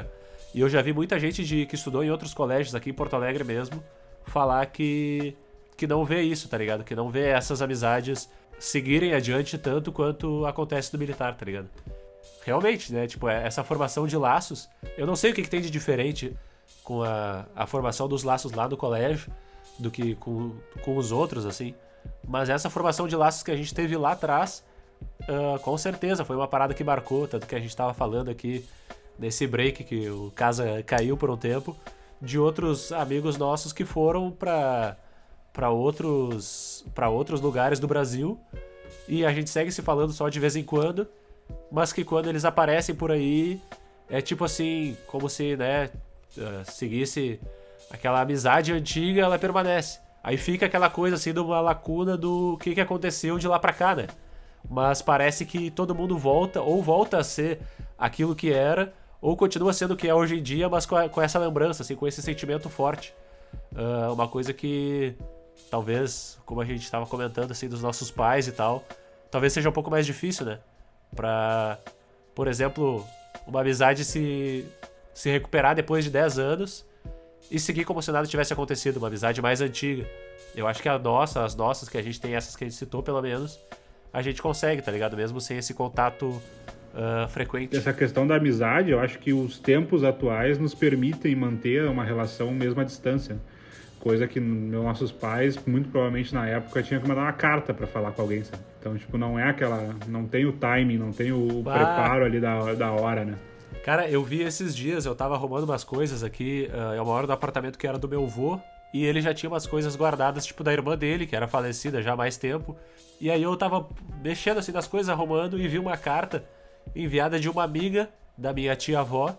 E eu já vi muita gente de, que estudou em outros colégios, aqui em Porto Alegre mesmo, falar que, que não vê isso, tá ligado? Que não vê essas amizades seguirem adiante tanto quanto acontece no militar, tá ligado? Realmente, né? Tipo, essa formação de laços, eu não sei o que, que tem de diferente com a, a formação dos laços lá no colégio do que com, com os outros, assim. Mas essa formação de laços que a gente teve lá atrás, uh, com certeza, foi uma parada que marcou, tanto que a gente tava falando aqui nesse break que o Casa caiu por um tempo, de outros amigos nossos que foram pra, pra, outros, pra outros lugares do Brasil, e a gente segue se falando só de vez em quando, mas que quando eles aparecem por aí, é tipo assim, como se, né, uh, seguisse aquela amizade antiga, ela permanece. Aí fica aquela coisa assim de uma lacuna do que, que aconteceu de lá pra cá, né? Mas parece que todo mundo volta, ou volta a ser aquilo que era, ou continua sendo o que é hoje em dia, mas com, a, com essa lembrança, assim, com esse sentimento forte. Uh, uma coisa que talvez, como a gente estava comentando, assim, dos nossos pais e tal, talvez seja um pouco mais difícil, né? Pra, por exemplo, uma amizade se, se recuperar depois de dez anos e seguir como se nada tivesse acontecido, uma amizade mais antiga. Eu acho que a nossa, as nossas, que a gente tem, essas que a gente citou pelo menos, a gente consegue, tá ligado? Mesmo sem esse contato uh, frequente. Essa questão da amizade, eu acho que os tempos atuais nos permitem manter uma relação mesmo à distância. Coisa que meus nossos pais, muito provavelmente na época, tinham que mandar uma carta pra falar com alguém, sabe? Então, tipo, não é aquela... Não tem o timing, não tem o bah. preparo ali da, da hora, né? Cara, eu vi esses dias, eu tava arrumando umas coisas aqui, uh, é uma hora do apartamento que era do meu avô, e ele já tinha umas coisas guardadas, tipo, da irmã dele, que era falecida já há mais tempo. E aí eu tava mexendo assim nas coisas, arrumando, e vi uma carta enviada de uma amiga da minha tia-avó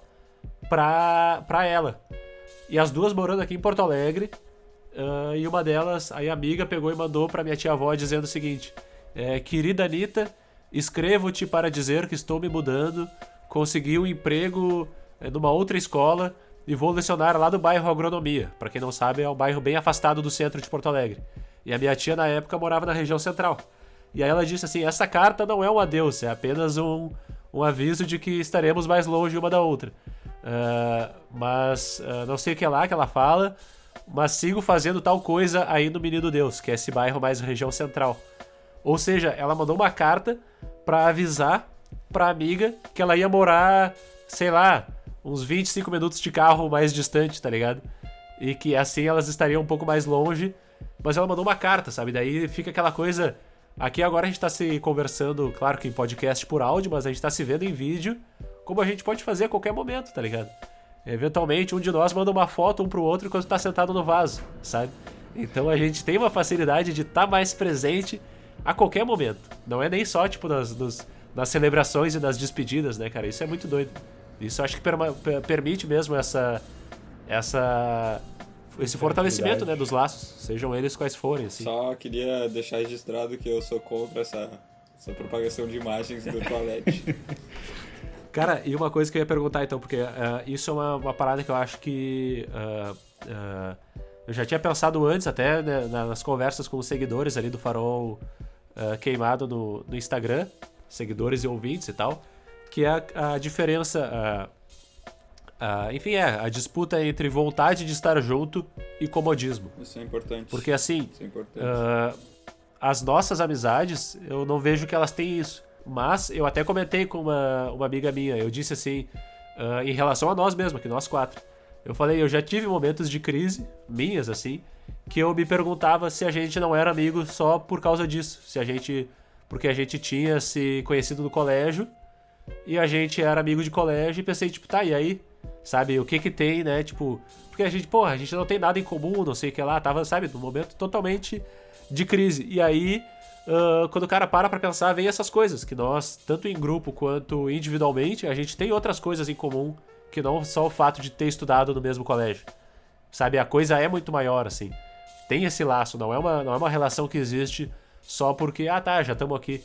pra, pra ela. E as duas morando aqui em Porto Alegre, uh, e uma delas, aí a amiga pegou e mandou pra minha tia-avó dizendo o seguinte: é, querida Anitta, escrevo-te para dizer que estou me mudando, consegui um emprego é, numa outra escola e vou lecionar lá do bairro Agronomia. Pra quem não sabe, é um bairro bem afastado do centro de Porto Alegre. E a minha tia, na época, morava na região central. E aí ela disse assim: essa carta não é um adeus, é apenas um, um aviso de que estaremos mais longe uma da outra. Uh, mas uh, não sei o que é lá que ela fala, mas sigo fazendo tal coisa aí no Menino Deus, que é esse bairro mais região central. Ou seja, ela mandou uma carta pra avisar pra amiga que ela ia morar, sei lá, uns vinte e cinco minutos de carro mais distante, tá ligado? E que assim elas estariam um pouco mais longe, mas ela mandou uma carta, sabe? Daí fica aquela coisa... Aqui agora a gente tá se conversando, claro que em podcast por áudio, mas a gente tá se vendo em vídeo, como a gente pode fazer a qualquer momento, tá ligado? Eventualmente um de nós manda uma foto um pro outro enquanto tá sentado no vaso, sabe? Então a gente tem uma facilidade de estar tá mais presente a qualquer momento. Não é nem só, tipo, nas, nos, nas celebrações e nas despedidas, né, cara? Isso é muito doido. Isso acho que perma, per, permite mesmo essa, essa, esse fortalecimento, né, dos laços, sejam eles quais forem, assim. Só queria deixar registrado que eu sou contra essa, essa propagação de imagens do toalete. Cara, e uma coisa que eu ia perguntar, então, porque uh, isso é uma, uma parada que eu acho que... Uh, uh, eu já tinha pensado antes, até, né, nas conversas com os seguidores ali do Farol uh, Queimado no, no Instagram, seguidores e ouvintes e tal, que é a, a diferença... Uh, Uh, enfim, é a disputa entre vontade de estar junto e comodismo. Isso é importante. Porque assim, isso é importante. Uh, as nossas amizades, eu não vejo que elas têm isso. Mas eu até comentei com uma, uma amiga minha, eu disse assim, uh, em relação a nós mesmos, que nós quatro. Eu falei, eu já tive momentos de crise, minhas assim, que eu me perguntava se a gente não era amigo só por causa disso. Se a gente, porque a gente tinha se conhecido no colégio e a gente era amigo de colégio e pensei, tipo, tá, e aí? Sabe, o que que tem, né, tipo... Porque a gente, porra, a gente não tem nada em comum, não sei o que lá, tava, sabe, num momento totalmente de crise. E aí, uh, quando o cara para pra pensar, vem essas coisas, que nós, tanto em grupo quanto individualmente, a gente tem outras coisas em comum, que não só o fato de ter estudado no mesmo colégio. Sabe, a coisa é muito maior, assim. Tem esse laço, não é uma, não é uma relação que existe só porque, ah tá, já estamos aqui.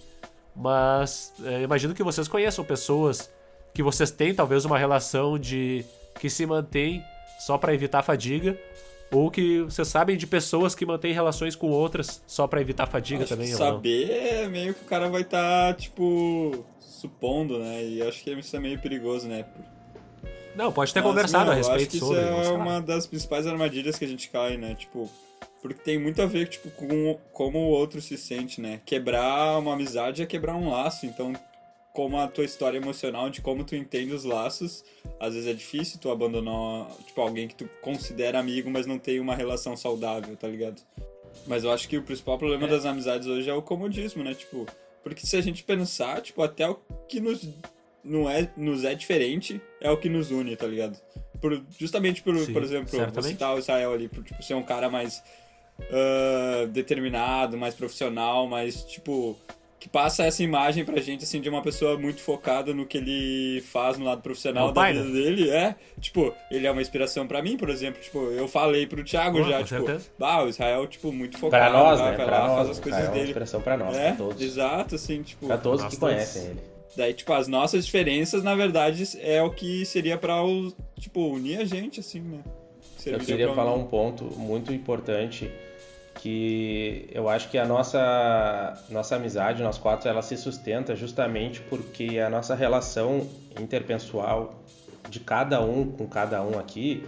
Mas é, imagino que vocês conheçam pessoas... que vocês têm talvez uma relação de que se mantém só pra evitar fadiga, ou que vocês sabem de pessoas que mantêm relações com outras só pra evitar fadiga. Acho também. Que saber é meio que o cara vai estar, tá, tipo, supondo, né? E acho que isso é meio perigoso, né? Não, pode ter Mas, conversado não, a eu acho respeito que sobre. isso é sei lá. uma das principais armadilhas que a gente cai, né? Tipo, porque tem muito a ver, tipo, com como o outro se sente, né? Quebrar uma amizade é quebrar um laço, então como a tua história emocional, de como tu entende os laços, às vezes é difícil tu abandonar, tipo, alguém que tu considera amigo, mas não tem uma relação saudável, tá ligado? Mas eu acho que o principal problema é. das amizades hoje é o comodismo, né? Tipo, porque se a gente pensar, tipo, até o que nos, não é, nos é diferente é o que nos une, tá ligado? Por, justamente por, Sim, por exemplo, certamente. vou citar o Israel ali, por tipo, ser um cara mais uh, determinado, mais profissional, mais, tipo, que passa essa imagem pra gente, assim, de uma pessoa muito focada no que ele faz no lado profissional É o da pai, vida né? dele. É, tipo, ele é uma inspiração pra mim, por exemplo. Tipo, eu falei pro Thiago Pô, já, com tipo, certeza. bah, o Israel, tipo, muito focado. Pra nós, vai, né? vai Pra lá, nós. faz as coisas É uma dele. inspiração pra nós, É, pra todos. exato, assim, tipo... Pra todos Nós que todos. conhecem ele. Daí, tipo, as nossas diferenças, na verdade, é o que seria pra, os, tipo, unir a gente, assim, né? Eu Serviria queria pra falar unir. um ponto muito importante, que eu acho que a nossa, nossa amizade, nós quatro, ela se sustenta justamente porque a nossa relação interpessoal de cada um com cada um aqui...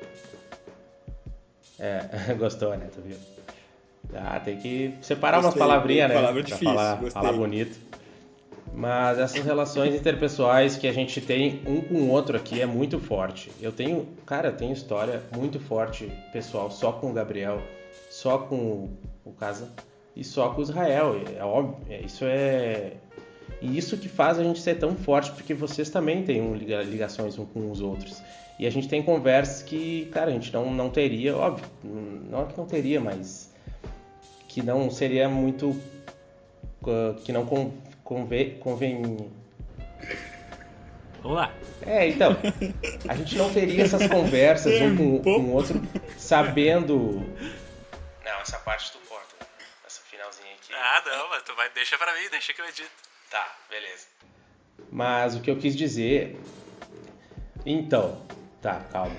É, gostou, né? Tu viu? Ah, tem que separar Gostei, umas palavrinhas, né? palavra pra difícil, falar, gostei. falar bonito. Mas essas relações interpessoais que a gente tem um com o outro aqui é muito forte. Eu tenho, cara, eu tenho história muito forte, pessoal, só com o Gabriel, só com o, o Casa e só com o Israel. É óbvio, é, isso é... E isso que faz a gente ser tão forte, porque vocês também têm um, liga- ligações um com os outros. E a gente tem conversas que, cara, a gente não, não teria, óbvio, não é que não teria, mas que não seria muito... uh, que não con, convém... convém Vamos lá. É, então, a gente não teria essas conversas um com, com o outro sabendo... Não, essa parte tu corta, essa finalzinha aqui. Ah, não, mas tu vai, deixa pra mim, deixa que eu edito. Tá, beleza. Mas o que eu quis dizer... Então, tá, calma.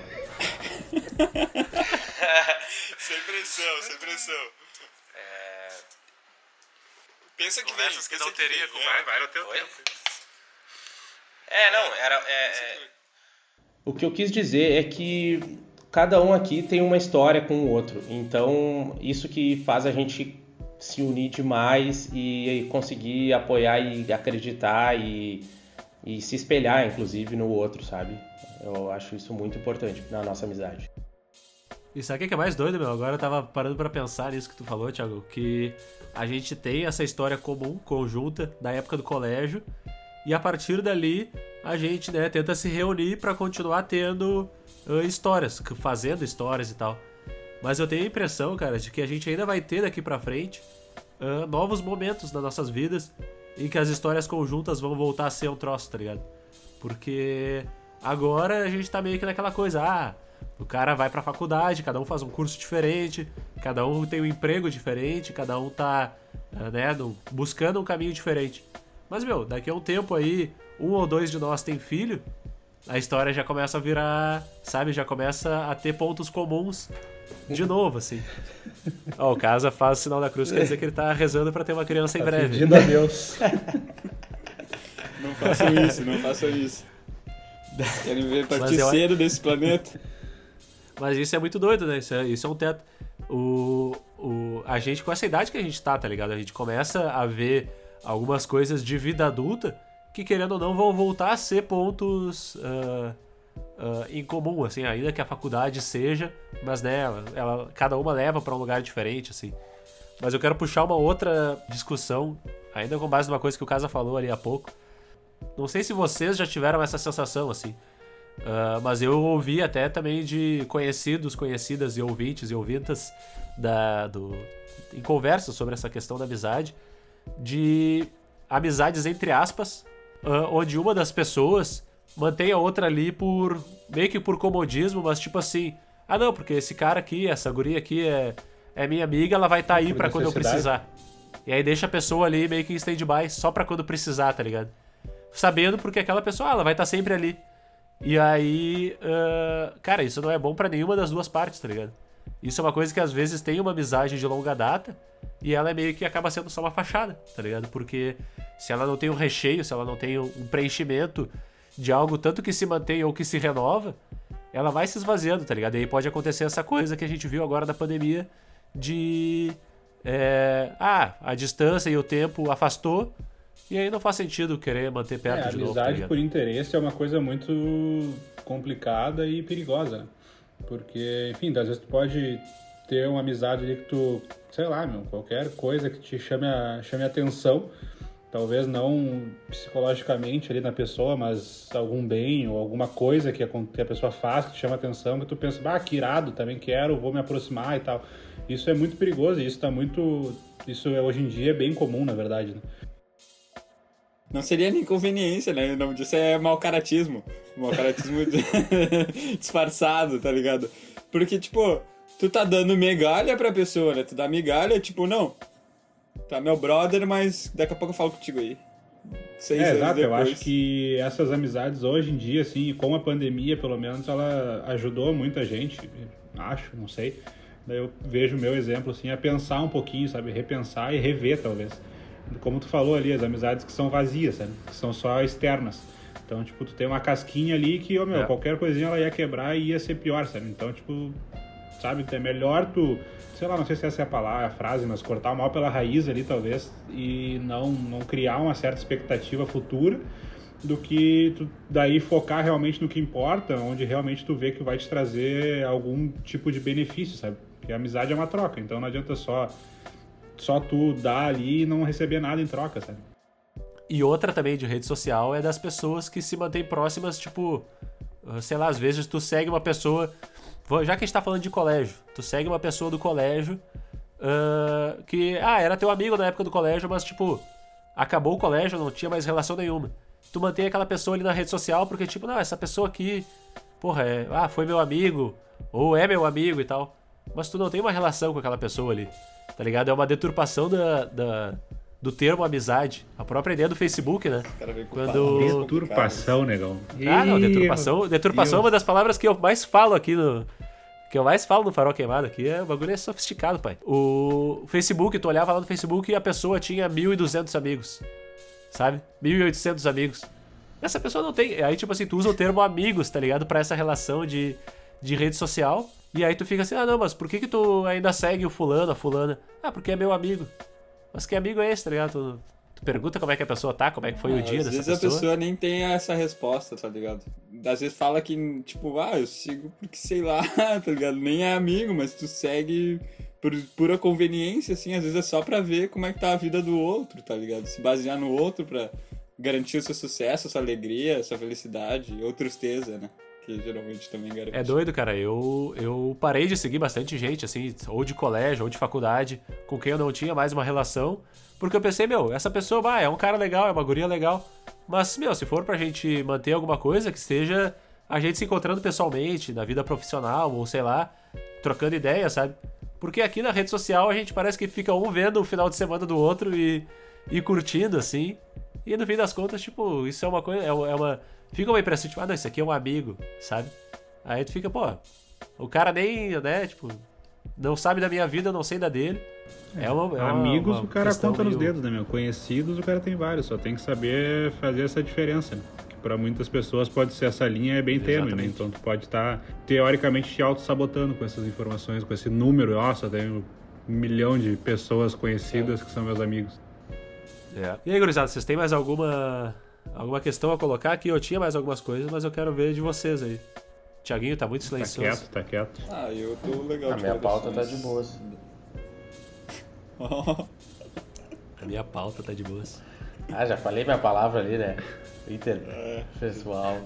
Sem pressão, sem pressão. É... Pensa que Conversas vem, que não pensa teria vem. com- Vai, vai no teu Oi? tempo. É, não, era... É, é... O que eu quis dizer é que cada um aqui tem uma história com o outro. Então, isso que faz a gente se unir demais e conseguir apoiar e acreditar e, e se espelhar, inclusive, no outro, sabe? Eu acho isso muito importante na nossa amizade. E sabe o que é mais doido, meu? Agora eu tava parando pra pensar nisso que tu falou, Thiago, que a gente tem essa história comum, conjunta, da época do colégio, e a partir dali a gente, né, tenta se reunir pra continuar tendo uh, histórias, fazendo histórias e tal. Mas eu tenho a impressão, cara, de que a gente ainda vai ter daqui pra frente uh, novos momentos nas nossas vidas em que as histórias conjuntas vão voltar a ser um troço, tá ligado? Porque agora a gente tá meio que naquela coisa, ah, o cara vai pra faculdade, cada um faz um curso diferente, cada um tem um emprego diferente, cada um tá, uh, né, no, buscando um caminho diferente. Mas, meu, daqui a um tempo aí, um ou dois de nós tem filho, a história já começa a virar, sabe, já começa a ter pontos comuns de novo, assim. Ó, o Casa faz o sinal da cruz, quer dizer que ele tá rezando pra ter uma criança em Tá breve. pedindo a Deus. Não façam isso, não façam isso. Vocês querem ver Mas partir eu- cedo desse planeta? Mas isso é muito doido, né? Isso é, isso é um teto. O, o, a gente, com essa idade que a gente tá, tá ligado? A gente começa a ver algumas coisas de vida adulta que, querendo ou não, vão voltar a ser pontos uh, uh, em comum, assim, ainda que a faculdade seja, mas, né, ela, ela- cada uma leva pra um lugar diferente, assim. Mas eu quero puxar uma outra discussão, ainda com base numa coisa que o Casa falou ali há pouco. Não sei se vocês já tiveram essa sensação, assim. Uh, mas eu ouvi até também de conhecidos, conhecidas e ouvintes e ouvintas da, do, em conversas sobre essa questão da amizade, de amizades entre aspas, uh, onde uma das pessoas mantém a outra ali por meio que por comodismo, mas tipo assim, ah não, porque esse cara aqui, essa guria aqui é, é minha amiga, ela vai estar tá aí Por pra quando eu necessidade. precisar. E aí deixa a pessoa ali meio que em stand-by só pra quando precisar, tá ligado? Sabendo porque aquela pessoa, ah, ela vai estar tá sempre ali. E aí, uh, cara, isso não é bom pra nenhuma das duas partes, tá ligado? Isso é uma coisa que às vezes tem uma amizade de longa data e ela é meio que acaba sendo só uma fachada, tá ligado? Porque se ela não tem um recheio, se ela não tem um preenchimento de algo tanto que se mantém ou que se renova, ela vai se esvaziando, tá ligado? E aí pode acontecer essa coisa que a gente viu agora da pandemia de... É, ah, a distância e o tempo afastou e aí não faz sentido querer manter perto é, de novo. A amizade por interesse é uma coisa muito complicada e perigosa, né? Porque, enfim, às vezes tu pode ter uma amizade ali que tu, sei lá, meu, qualquer coisa que te chame a, chame a atenção, talvez não psicologicamente ali na pessoa, mas algum bem ou alguma coisa que a, que a pessoa faz que te chama a atenção, que tu pensa, ah, que irado, também quero, vou me aproximar e tal. Isso é muito perigoso e isso tá muito... Isso hoje em dia é bem comum, na verdade, né? Não seria nem conveniência, né? O nome disso é mau-caratismo. Mau-caratismo disfarçado, tá ligado? Porque, tipo, tu tá dando migalha pra pessoa, né? Tu dá migalha, tipo, não, tá meu brother, mas daqui a pouco eu falo contigo aí. Seis é, anos exato. depois. Eu acho que essas amizades hoje em dia, assim, com a pandemia, pelo menos, ela ajudou muita gente, acho, não sei. Daí eu vejo o meu exemplo, assim, a pensar um pouquinho, sabe? Repensar e rever, talvez. Como tu falou ali, as amizades que são vazias, sabe? Que são só externas. Então, tipo, tu tem uma casquinha ali que, ô, meu, é. qualquer coisinha ela ia quebrar e ia ser pior, sabe? Então, tipo, sabe? É melhor tu, sei lá, não sei se essa é a palavra, a frase, mas cortar o mal pela raiz ali, talvez, e não, não criar uma certa expectativa futura do que tu daí focar realmente no que importa, onde realmente tu vê que vai te trazer algum tipo de benefício, sabe? Porque a amizade é uma troca, então não adianta só... só tu dar ali e não receber nada em troca, sabe? E outra também de rede social é das pessoas que se mantêm próximas, tipo, sei lá, às vezes tu segue uma pessoa, já que a gente tá falando de colégio, tu segue uma pessoa do colégio uh, que, ah, era teu amigo na época do colégio, mas tipo, acabou o colégio, não tinha mais relação nenhuma. Tu mantém aquela pessoa ali na rede social porque, tipo, não, essa pessoa aqui, porra, é, ah, foi meu amigo, ou é meu amigo e tal, mas tu não tem uma relação com aquela pessoa ali. Tá ligado? É uma deturpação da, da, do termo amizade. A própria ideia do Facebook, né? Quando... Deturpação, negão. Ah, não, deturpação. Deturpação é uma das palavras que eu mais falo aqui no... Que eu mais falo no Farol Queimado aqui. É, o bagulho é sofisticado, pai. O Facebook, tu olhava lá no Facebook e a pessoa tinha mil e duzentos amigos. Sabe? mil e oitocentos amigos. Essa pessoa não tem... Aí, tipo assim, tu usa o termo amigos, tá ligado? Pra essa relação de, de rede social... E aí tu fica assim, ah não, mas por que que tu ainda segue o fulano, a fulana? Ah, porque é meu amigo. Mas que amigo é esse, tá ligado? Tu, tu pergunta como é que a pessoa tá, como é que foi ah, o dia dessa pessoa. Às vezes a pessoa nem tem essa resposta, tá ligado? Às vezes fala que, tipo, ah, eu sigo porque sei lá, tá ligado? Nem é amigo, mas tu segue por pura conveniência, assim, às vezes é só pra ver como é que tá a vida do outro, tá ligado? Se basear no outro pra garantir o seu sucesso, a sua alegria, a sua felicidade ou tristeza, né? Que geralmente também garante. É doido, cara. Eu, eu parei de seguir bastante gente, assim, ou de colégio, ou de faculdade, com quem eu não tinha mais uma relação, porque eu pensei, meu, essa pessoa, bah, é um cara legal, é uma guria legal, mas, meu, se for pra gente manter alguma coisa, que esteja a gente se encontrando pessoalmente, na vida profissional, ou sei lá, trocando ideias, sabe? Porque aqui na rede social a gente parece que fica um vendo o final de semana do outro e, e curtindo, assim, e no fim das contas, tipo, isso é uma coisa, é uma... Fica uma impressão, tipo, ah, não, isso aqui é um amigo, sabe? Aí tu fica, pô, o cara nem, né, tipo, não sabe da minha vida, eu não sei da dele. É, é uma, é uma Amigos uma o cara conta meio... nos dedos, né, meu? Conhecidos o cara tem vários, só tem que saber fazer essa diferença, né? Que pra muitas pessoas pode ser, essa linha é bem tênue, né? Então tu pode estar, tá, teoricamente, te auto-sabotando com essas informações, com esse número, nossa, tem um milhão de pessoas conhecidas que são meus amigos. É. E aí, gurizada, vocês têm mais alguma... Alguma questão a colocar aqui? Eu tinha mais algumas coisas, mas eu quero ver de vocês aí. Tiaguinho tá muito silencioso. Tá quieto, tá quieto. Ah, eu tô legal. A minha pauta tá de boas. A minha pauta tá de boas. Ah, já falei minha palavra ali, né? Inter, é. Pessoal.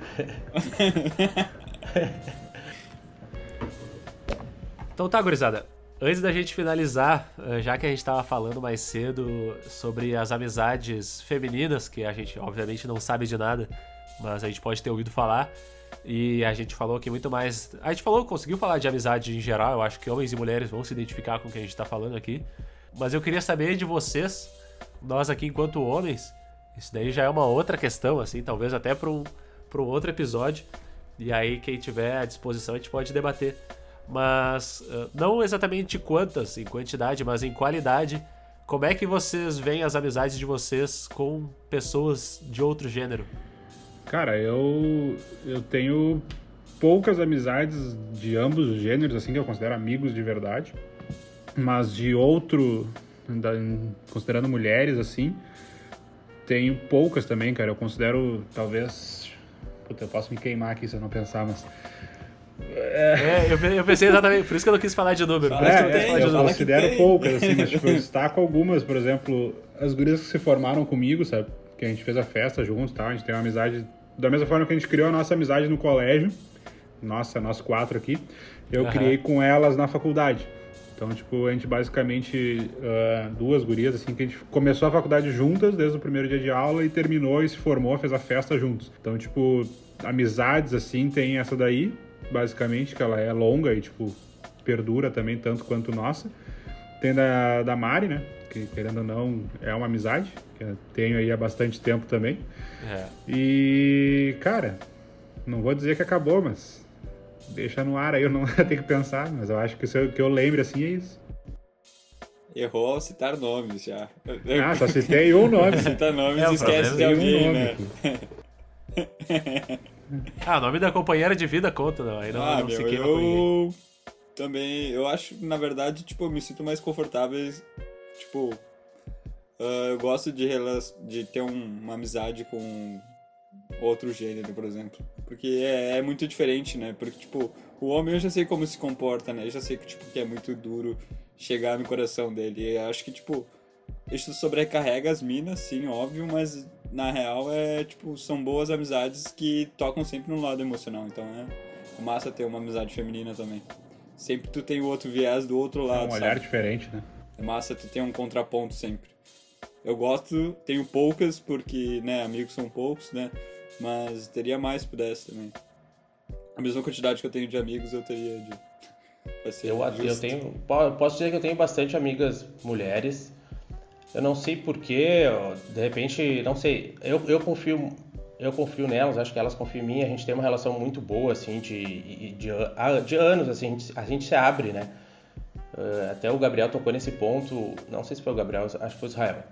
Então tá, gurizada. Antes da gente finalizar, já que a gente tava falando mais cedo sobre as amizades femininas, que a gente obviamente não sabe de nada, mas a gente pode ter ouvido falar, e a gente falou que muito mais... A gente falou, conseguiu falar de amizade em geral, eu acho que homens e mulheres vão se identificar com o que a gente tá falando aqui, mas eu queria saber de vocês, nós aqui enquanto homens, isso daí já é uma outra questão, assim, talvez até para um, para um outro episódio, e aí quem tiver à disposição a gente pode debater. Mas não exatamente quantas, em quantidade, mas em qualidade, como é que vocês veem as amizades de vocês com pessoas de outro gênero? Cara, eu, eu tenho poucas amizades de ambos os gêneros, assim, que eu considero amigos de verdade. Mas de outro, da, considerando mulheres, assim, tenho poucas também, cara. Eu considero, talvez... Puta, eu posso me queimar aqui se eu não pensar, mas... É, eu, eu pensei exatamente, por isso que eu não quis falar de número. Por isso que eu não quis É, falar eu de número. considero poucas, assim, mas tipo, eu destaco algumas, por exemplo, as gurias que se formaram comigo, sabe? Que a gente fez a festa juntos e tal, a gente tem uma amizade, da mesma forma que a gente criou a nossa amizade no colégio, nossa, nós quatro aqui, eu Aham. criei com elas na faculdade. Então, tipo, a gente basicamente, uh, duas gurias, assim, que a gente começou a faculdade juntas desde o primeiro dia de aula e terminou e se formou, fez a festa juntos. Então, tipo, amizades, assim, tem essa daí, basicamente, que ela é longa e, tipo, perdura também, tanto quanto nossa. Tem da, da Mari, né, que, querendo ou não, é uma amizade, que eu tenho aí há bastante tempo também. É. E, cara, não vou dizer que acabou, mas deixa no ar aí, eu não tenho que pensar, mas eu acho que o que eu lembro, assim, é isso. Errou ao citar nomes já. Ah, só citei um nome. Cita nomes É, e o esquece de problema é alguém, um né? Ah, o nome da companheira de vida conta, não. Aí não, ah, não se meu, queima com ninguém. eu também, eu acho, na verdade, tipo, eu me sinto mais confortável, tipo, uh, eu gosto de, rela- de ter um- uma amizade com outro gênero, por exemplo, porque é, é muito diferente, né, porque, tipo, o homem eu já sei como se comporta, né, eu já sei que, tipo, que é muito duro chegar no coração dele, e eu acho que, tipo, isso sobrecarrega as minas, sim, óbvio, mas na real é, tipo, são boas amizades que tocam sempre no lado emocional, então é massa ter uma amizade feminina também. Sempre tu tem o outro viés do outro É lado, um olhar sabe? diferente, né? É massa tu ter um contraponto sempre. Eu gosto, tenho poucas porque, né, amigos são poucos, né, mas teria mais se pudesse também. A mesma quantidade que eu tenho de amigos eu teria de... Vai ser Eu, eu justo. tenho, po- posso dizer que eu tenho bastante amigas mulheres. Eu não sei porquê, de repente, não sei. Eu, eu confio, eu confio nelas, acho que elas confiam em mim. A gente tem uma relação muito boa, assim, de, de, de, de anos, assim, a gente, a gente se abre, né? Uh, até o Gabriel tocou nesse ponto, não sei se foi o Gabriel, acho que foi o Israel,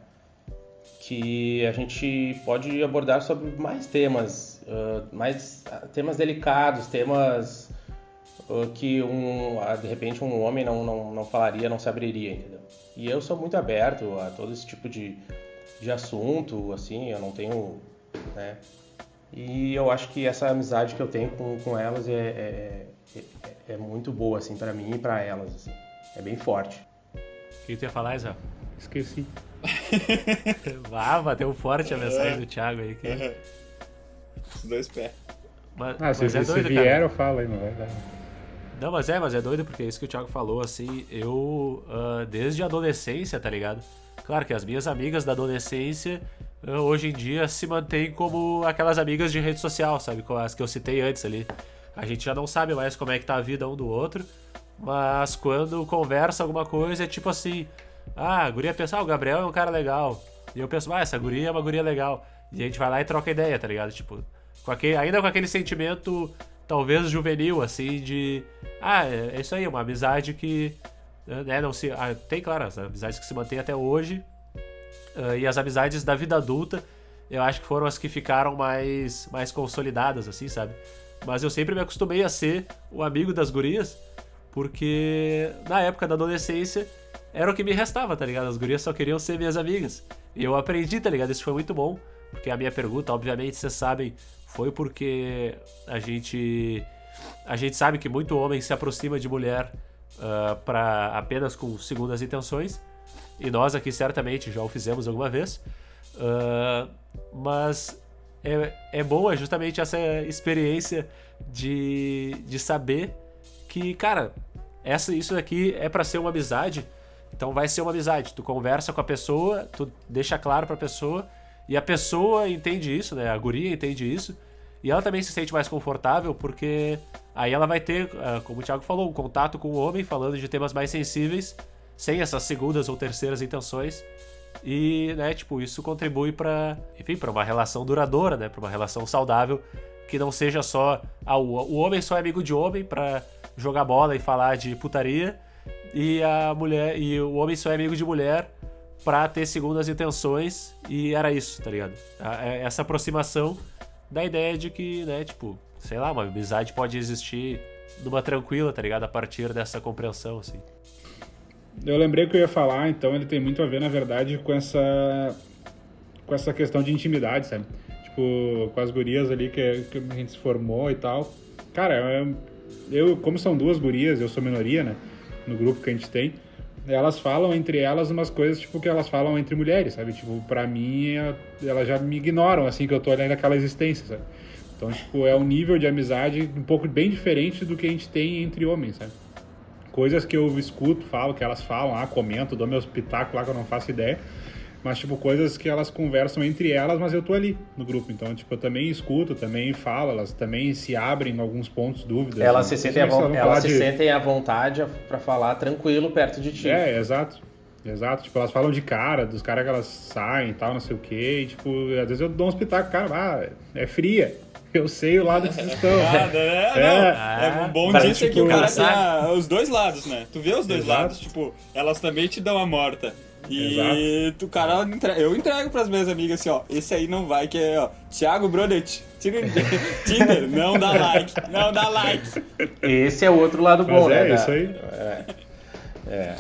que a gente pode abordar sobre mais temas, uh, mais temas delicados, temas uh, que um, uh, de repente um homem não, não, não falaria, não se abriria, entendeu? E eu sou muito aberto a todo esse tipo de, de assunto, assim, eu não tenho, né? E eu acho que essa amizade que eu tenho com, com elas é, é, é, é muito boa, assim, pra mim e pra elas, assim. É bem forte. O que tu ia falar, Isa? Esqueci. Ah, bateu forte a mensagem do Thiago aí. Que... Os dois pés. Mas, Ah, se, mas é se doido, vier, cara. eu falo aí, não vai dar. Não, mas é, mas é doido porque é isso que o Thiago falou, assim, eu, uh, desde a adolescência, tá ligado? Claro que as minhas amigas da adolescência, uh, hoje em dia, se mantêm como aquelas amigas de rede social, sabe? Com as que eu citei antes ali. A gente já não sabe mais como é que tá a vida um do outro, mas quando conversa alguma coisa, é tipo assim, ah, a guria pensa, ah, o Gabriel é um cara legal. E eu penso, ah, essa guria é uma guria legal. E a gente vai lá e troca ideia, tá ligado? Tipo, com aquele, ainda com aquele sentimento... talvez juvenil, assim, de... Ah, é, é isso aí, uma amizade que... Né, não se... Ah, tem, claro, as amizades que se mantêm até hoje. Uh, e as amizades da vida adulta, eu acho que foram as que ficaram mais, mais consolidadas, assim, sabe? Mas eu sempre me acostumei a ser o amigo das gurias, porque na época da adolescência era o que me restava, tá ligado? As gurias só queriam ser minhas amigas. E eu aprendi, tá ligado? Isso foi muito bom, porque a minha pergunta, obviamente, vocês sabem... foi porque a gente a gente sabe que muito homem se aproxima de mulher uh, pra, apenas com segundas intenções, e nós aqui certamente já o fizemos alguma vez, uh, mas é, é bom é justamente essa experiência de, de saber que, cara, essa, isso daqui é pra ser uma amizade, então vai ser uma amizade, tu conversa com a pessoa, tu deixa claro pra pessoa, e a pessoa entende isso, né? A guria entende isso. E ela também se sente mais confortável, porque aí ela vai ter, como o Thiago falou, um contato com o homem, falando de temas mais sensíveis, sem essas segundas ou terceiras intenções. E, né, tipo, isso contribui pra, enfim, pra uma relação duradoura, né? Pra uma relação saudável, que não seja só... Ah, o, o homem só é amigo de homem pra jogar bola e falar de putaria, e a mulher e o homem só é amigo de mulher pra ter segundas intenções, e era isso, tá ligado? Essa aproximação da ideia de que, né, tipo, sei lá, uma amizade pode existir numa tranquila, tá ligado? A partir dessa compreensão, assim. Eu lembrei que eu ia falar, então ele tem muito a ver, na verdade, com essa com essa questão de intimidade, sabe? Tipo, com as gurias ali que, que a gente se formou e tal. Cara, eu, eu, como são duas gurias, eu sou minoria, né? No grupo que a gente tem, elas falam entre elas umas coisas, tipo, que elas falam entre mulheres, sabe? Tipo, pra mim, elas já me ignoram, assim, que eu tô olhando aquela existência, sabe? Então, tipo, é um nível de amizade um pouco bem diferente do que a gente tem entre homens, sabe? Coisas que eu escuto, falo, que elas falam, ah, comento, dou meus pitacos lá que eu não faço ideia. Mas, tipo, coisas que elas conversam entre elas, mas eu tô ali no grupo. Então, tipo, eu também escuto, também falo, elas também se abrem em alguns pontos, dúvidas. Elas né? se, sentem, vo- elas elas se de... sentem à vontade pra falar tranquilo perto de ti. É, exato. Exato. Tipo, elas falam de cara, dos caras que elas saem e tal, não sei o quê. E, tipo, às vezes eu dou uns pitacos, cara, ah, é fria. Eu sei o lado que vocês estão. Nada, né? É. Não, é um bom Mas, disso é que tipo, o cara sabe? tem a- os dois lados, né? Tu vê os dois Exato. lados, tipo, elas também te dão a morta. E tu, cara, entre- eu entrego pras minhas amigas assim, ó, esse aí não vai, que é, ó, Thiago Brodet, Tinder, não dá like, não dá like. Esse é o outro lado Mas bom, é né? isso da- aí. É. É.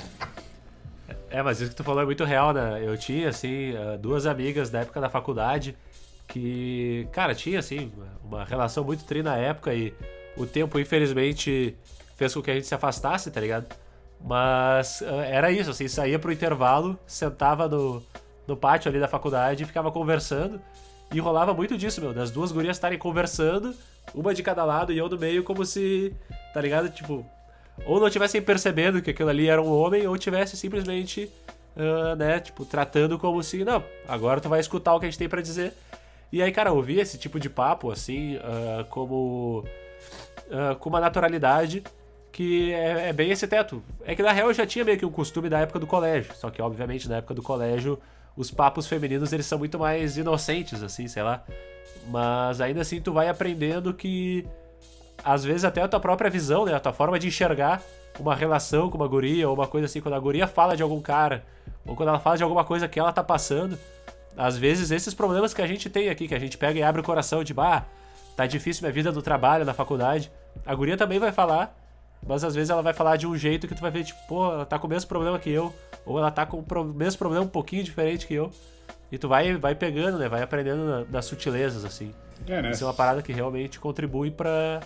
É, mas isso que tu falou é muito real, né? Eu tinha, assim, ah, duas amigas da época da faculdade que, cara, tinha, assim, uma relação muito tri na época e o tempo, infelizmente, fez com que a gente se afastasse, tá ligado? Mas ah, era isso, assim, saía pro intervalo, sentava no, no pátio ali da faculdade e ficava conversando. E rolava muito disso, meu, das duas gurias estarem conversando, uma de cada lado e eu no meio, como se, tá ligado? Tipo, ou não tivessem percebendo que aquilo ali era um homem, ou tivesse simplesmente, ah, né, tipo, tratando como se, não, agora tu vai escutar o que a gente tem pra dizer. E aí, cara, ouvir esse tipo de papo, assim, ah, como ah, com uma naturalidade que é, é bem esse teto. É que na real eu já tinha meio que um costume da época do colégio, só que obviamente na época do colégio os papos femininos eles são muito mais inocentes, assim, sei lá. Mas ainda assim tu vai aprendendo que às vezes até a tua própria visão, né, a tua forma de enxergar uma relação com uma guria ou uma coisa assim, quando a guria fala de algum cara ou quando ela fala de alguma coisa que ela tá passando, às vezes esses problemas que a gente tem aqui, que a gente pega e abre o coração de, bah, tá difícil minha vida no trabalho, na faculdade, a guria também vai falar. Mas às vezes ela vai falar de um jeito que tu vai ver, tipo, pô, ela tá com o mesmo problema que eu. Ou ela tá com o pro- mesmo problema um pouquinho diferente que eu. E tu vai, vai pegando, né? Vai aprendendo na- das sutilezas, assim. É, né? Isso é uma parada que realmente contribui pra...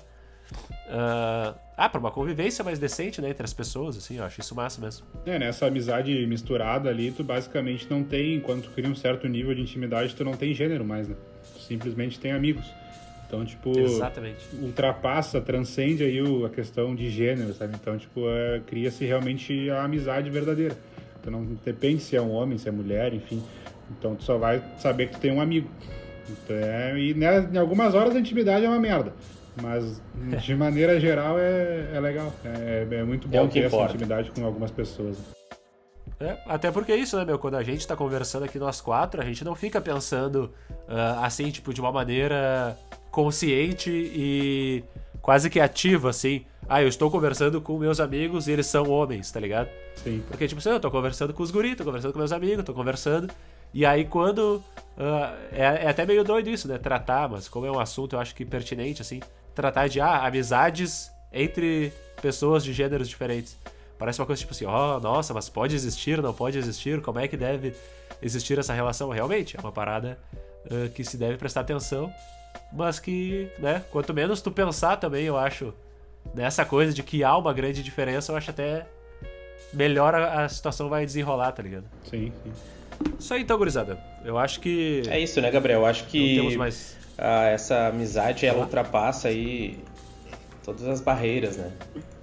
ah, ah, pra uma convivência mais decente, né? Entre as pessoas, assim. Eu acho isso massa mesmo. É, nessa amizade misturada ali, tu basicamente não tem, quando tu cria um certo nível de intimidade, tu não tem gênero mais, né? Tu simplesmente tem amigos. Então, tipo, Exatamente. ultrapassa, transcende aí o- a questão de gênero, sabe? Então, tipo, é, cria-se realmente a amizade verdadeira. Tu não depende se é um homem, se é mulher, enfim. Então, tu só vai saber que tu tem um amigo. Então, é, e né, em algumas horas a intimidade é uma merda. Mas, de maneira geral, é, é legal. É, é muito É bom o que ter essa importa. intimidade com algumas pessoas. É, até porque é isso, né, meu? Quando a gente tá conversando aqui nós quatro, a gente não fica pensando ah, assim, tipo, de uma maneira consciente e quase que ativa, assim. Ah, eu estou conversando com meus amigos e eles são homens, tá ligado? Sim. Porque, tipo assim, eu tô conversando com os guris, tô conversando com meus amigos, tô conversando. E aí, quando. ah, é, é até meio doido isso, né? Tratar, mas como é um assunto eu acho que pertinente, assim. Tratar de, ah, amizades entre pessoas de gêneros diferentes. Parece uma coisa tipo assim, ó, oh, nossa, mas pode existir, não pode existir? Como é que deve existir essa relação? Realmente, é uma parada ah, que se deve prestar atenção. Mas que, né, quanto menos tu pensar também, eu acho, nessa coisa de que há uma grande diferença, eu acho até melhor a, a situação vai desenrolar, tá ligado? Sim, sim. Isso aí então, gurizada. Eu acho que É isso, né, Gabriel? Eu acho não que temos mais... ah, essa amizade, ela Tá. ultrapassa aí todas as barreiras, né?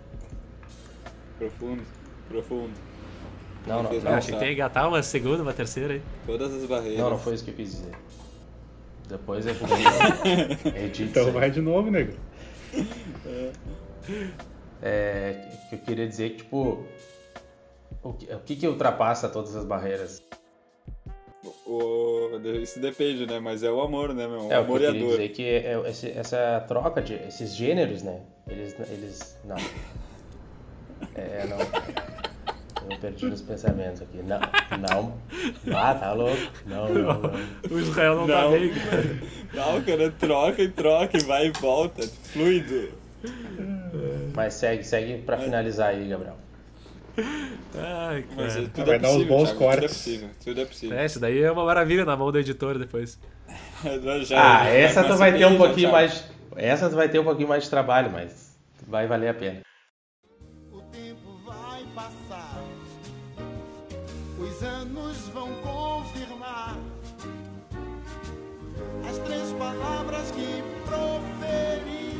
Profundo, profundo. Não, não, Fez não. Eu achei que tá. ia engatar uma segunda, uma terceira aí. Todas as barreiras. Não, não foi isso que eu quis dizer. Depois eu vou edite Então isso aí. vai de novo, nego. É, que eu queria dizer que, tipo, o que, o que que ultrapassa todas as barreiras? O- isso depende, né? Mas é o amor, né, meu? O É, o que eu amor e a queria dor. dizer que é esse- essa troca de esses gêneros, né? Eles, eles não. É, não. Eu perdi os pensamentos aqui. Não, não. Ah, tá louco. Não, não, não. O Israel não, Não. tá bem, cara. Não, cara, troca e troca e vai e volta. Fluido. Mas segue, segue pra finalizar aí, Gabriel. Ai, Mas cara. tudo Vai é dar uns possível, bons Thiago, tudo é cortes. possível. Tudo é possível. É, isso daí é uma maravilha na mão do editor depois. Já- Ah, já essa tu começa vai ter um bem, pouquinho já, mais. Essa tu vai ter um pouquinho mais de trabalho, mas vai valer a pena. O tempo vai passar, os anos vão confirmar as três palavras que proferi.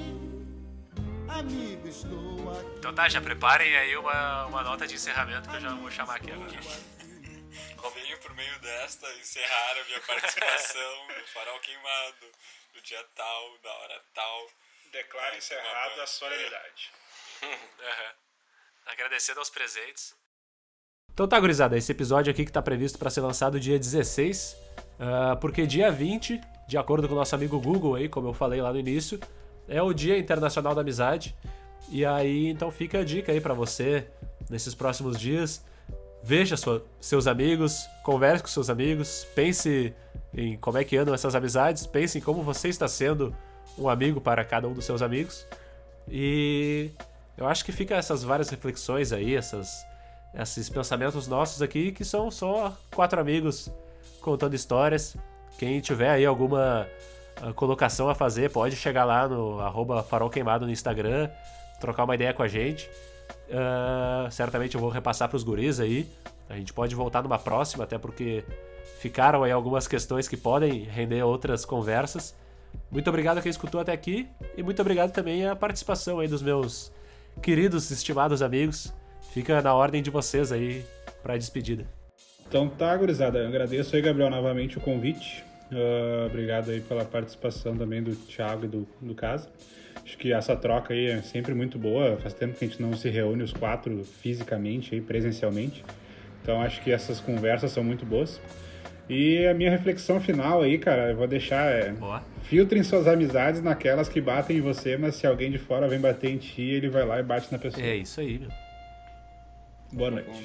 Amigo, estou aqui. Então tá, já preparem aí uma, uma nota de encerramento que eu já vou chamar aqui agora. Venho por meio desta encerrar a minha participação no Farol Queimado, no dia tal, da hora tal. Declara encerrada a solenidade. Uhum. Agradecendo aos presentes. Então tá, gurizada, esse episódio aqui que tá previsto pra ser lançado dia dezesseis, uh, porque dia vinte, de acordo com o nosso amigo Google aí, como eu falei lá no início, é o Dia Internacional da Amizade. E aí, então fica a dica aí pra você, nesses próximos dias, veja sua, seus amigos, converse com seus amigos, pense em como é que andam essas amizades, pense em como você está sendo um amigo para cada um dos seus amigos. E eu acho que fica essas várias reflexões aí, essas, esses pensamentos nossos aqui, que são só quatro amigos contando histórias. Quem tiver aí alguma uh, colocação a fazer, pode chegar lá no arroba farol queimado no Instagram, trocar uma ideia com a gente. Uh, certamente eu vou repassar para os guris aí. A gente pode voltar numa próxima, até porque ficaram aí algumas questões que podem render outras conversas. Muito obrigado a quem escutou até aqui e muito obrigado também à participação aí dos meus queridos, estimados amigos. Fica na ordem de vocês aí para a despedida. Então tá, gurizada. Eu agradeço aí, Gabriel, novamente o convite. Uh, obrigado aí pela participação também do Thiago e do, do Casa. Acho que essa troca aí é sempre muito boa. Faz tempo que a gente não se reúne os quatro fisicamente, aí, presencialmente. Então acho que essas conversas são muito boas. E a minha reflexão final aí, cara, eu vou deixar é... Boa. Filtrem suas amizades naquelas que batem em você, mas se alguém de fora vem bater em ti, ele vai lá e bate na pessoa. É isso aí, meu. Boa noite.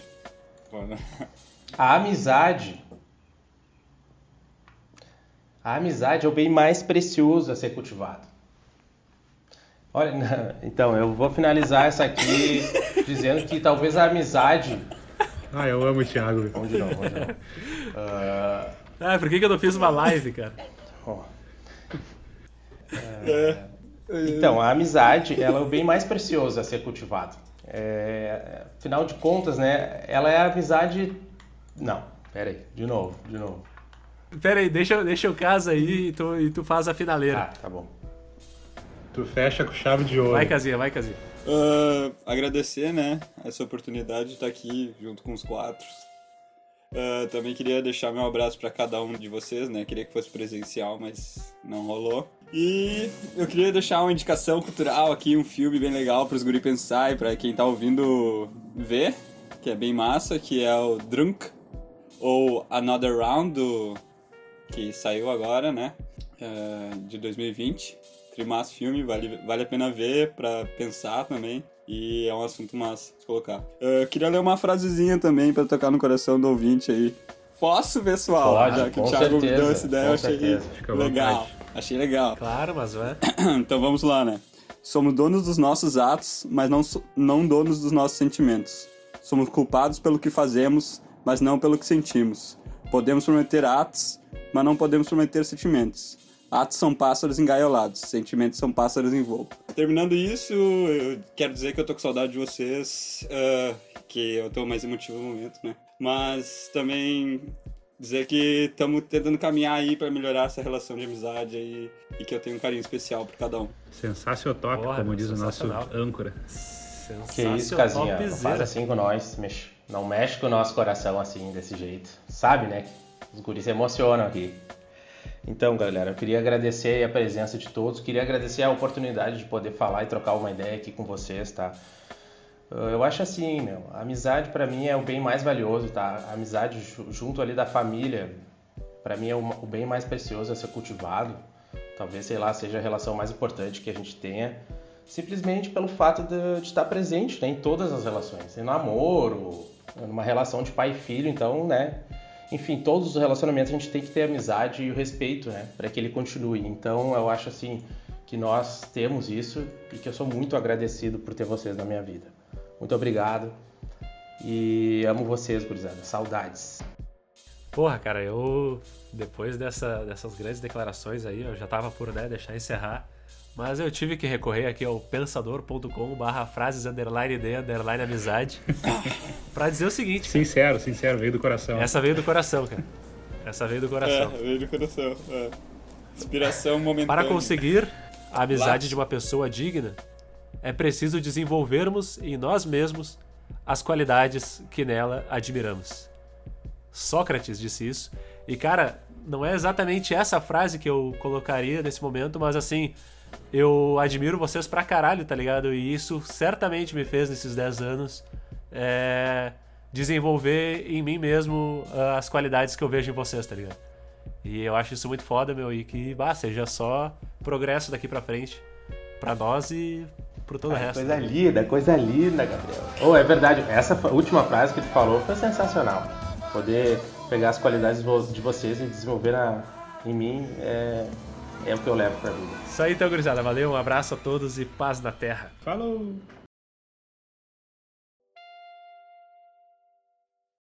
A amizade. A amizade é o bem mais precioso a ser cultivado. Olha, então, eu vou finalizar essa aqui dizendo que talvez a amizade... Ah, eu amo o Thiago. Vamos de novo, vamos de novo. Uh... Ah, por que, que eu não fiz uma live, cara? Oh. É... Então, a amizade, ela é o bem mais precioso a ser cultivado. É... Afinal de contas, né, ela é a amizade... Não, pera aí, de novo, de novo. Pera aí, deixa, deixa eu casa aí e tu, e tu faz a finaleira. Ah, tá bom. Tu fecha com chave de ouro. Vai, Casinha, vai, Casinha. Uh, agradecer, né, essa oportunidade de estar aqui junto com os quatro. Uh, também queria deixar meu abraço para cada um de vocês, né, queria que fosse presencial, mas não rolou. E eu queria deixar uma indicação cultural aqui, um filme bem legal para os guri pensar e para quem tá ouvindo ver, que é bem massa, que é o Drunk, ou Another Round, do... que saiu agora, né, uh, de dois mil e vinte. Trimaço filme, vale, vale a pena ver pra pensar também. E é um assunto massa de colocar. Eu queria ler uma frasezinha também pra tocar no coração do ouvinte aí. Posso, pessoal? Pode, já que o com Thiago me certeza, deu essa ideia, com eu achei certeza. Fica à legal. vontade. Achei legal. Claro, mas vai. Então vamos lá, né? Somos donos dos nossos atos, mas não, so- não donos dos nossos sentimentos. Somos culpados pelo que fazemos, mas não pelo que sentimos. Podemos prometer atos, mas não podemos prometer sentimentos. Atos são pássaros engaiolados, sentimentos são pássaros em voo. Terminando isso, eu quero dizer que eu tô com saudade de vocês, uh, que eu tô mais emotivo no momento, né? Mas também dizer que estamos tentando caminhar aí pra melhorar essa relação de amizade aí, e que eu tenho um carinho especial por cada um. Sensacional, Porra, como diz o nosso sensacional. âncora. Que isso, Casinha, não faz assim com nós, mexe. Não mexe com o nosso coração assim, desse jeito. Sabe, né? Os guris se emocionam aqui. Então, galera, eu queria agradecer a presença de todos, queria agradecer a oportunidade de poder falar e trocar uma ideia aqui com vocês, tá? Eu acho assim, meu, a amizade pra mim é o bem mais valioso, tá? A amizade junto ali da família, pra mim é o bem mais precioso a ser cultivado. Talvez, sei lá, seja a relação mais importante que a gente tenha, simplesmente pelo fato de, de estar presente, né, em todas as relações, em namoro, numa relação de pai e filho, então, né? Enfim, todos os relacionamentos a gente tem que ter amizade e o respeito, né? Para que ele continue. Então, eu acho assim que nós temos isso e que eu sou muito agradecido por ter vocês na minha vida. Muito obrigado e amo vocês, gurizada. Saudades. Porra, cara, eu depois dessa, dessas grandes declarações aí, eu já tava por, né, deixar encerrar. Mas eu tive que recorrer aqui ao pensador ponto com barra frases underline de underline amizade pra dizer o seguinte. Sincero, sincero, veio do coração. Essa veio do coração, cara. Essa veio do coração. É, veio do coração. É. Inspiração momentânea. Para conseguir a amizade Laço. de uma pessoa digna, é preciso desenvolvermos em nós mesmos as qualidades que nela admiramos. Sócrates disse isso. E, cara, não é exatamente essa frase que eu colocaria nesse momento, mas assim... Eu admiro vocês pra caralho, tá ligado? E isso certamente me fez, nesses dez anos, é, desenvolver em mim mesmo uh, as qualidades que eu vejo em vocês, tá ligado? E eu acho isso muito foda, meu, e que, bah, seja só progresso daqui pra frente, pra nós e pro todo o resto. Coisa linda, coisa linda, Gabriel. Oh, é verdade, essa última frase que tu falou foi sensacional. Poder pegar as qualidades de vocês e desenvolver na, em mim é... É o que eu levo pra vida. Isso aí então, gurizada. Valeu, um abraço a todos e paz na terra. Falou!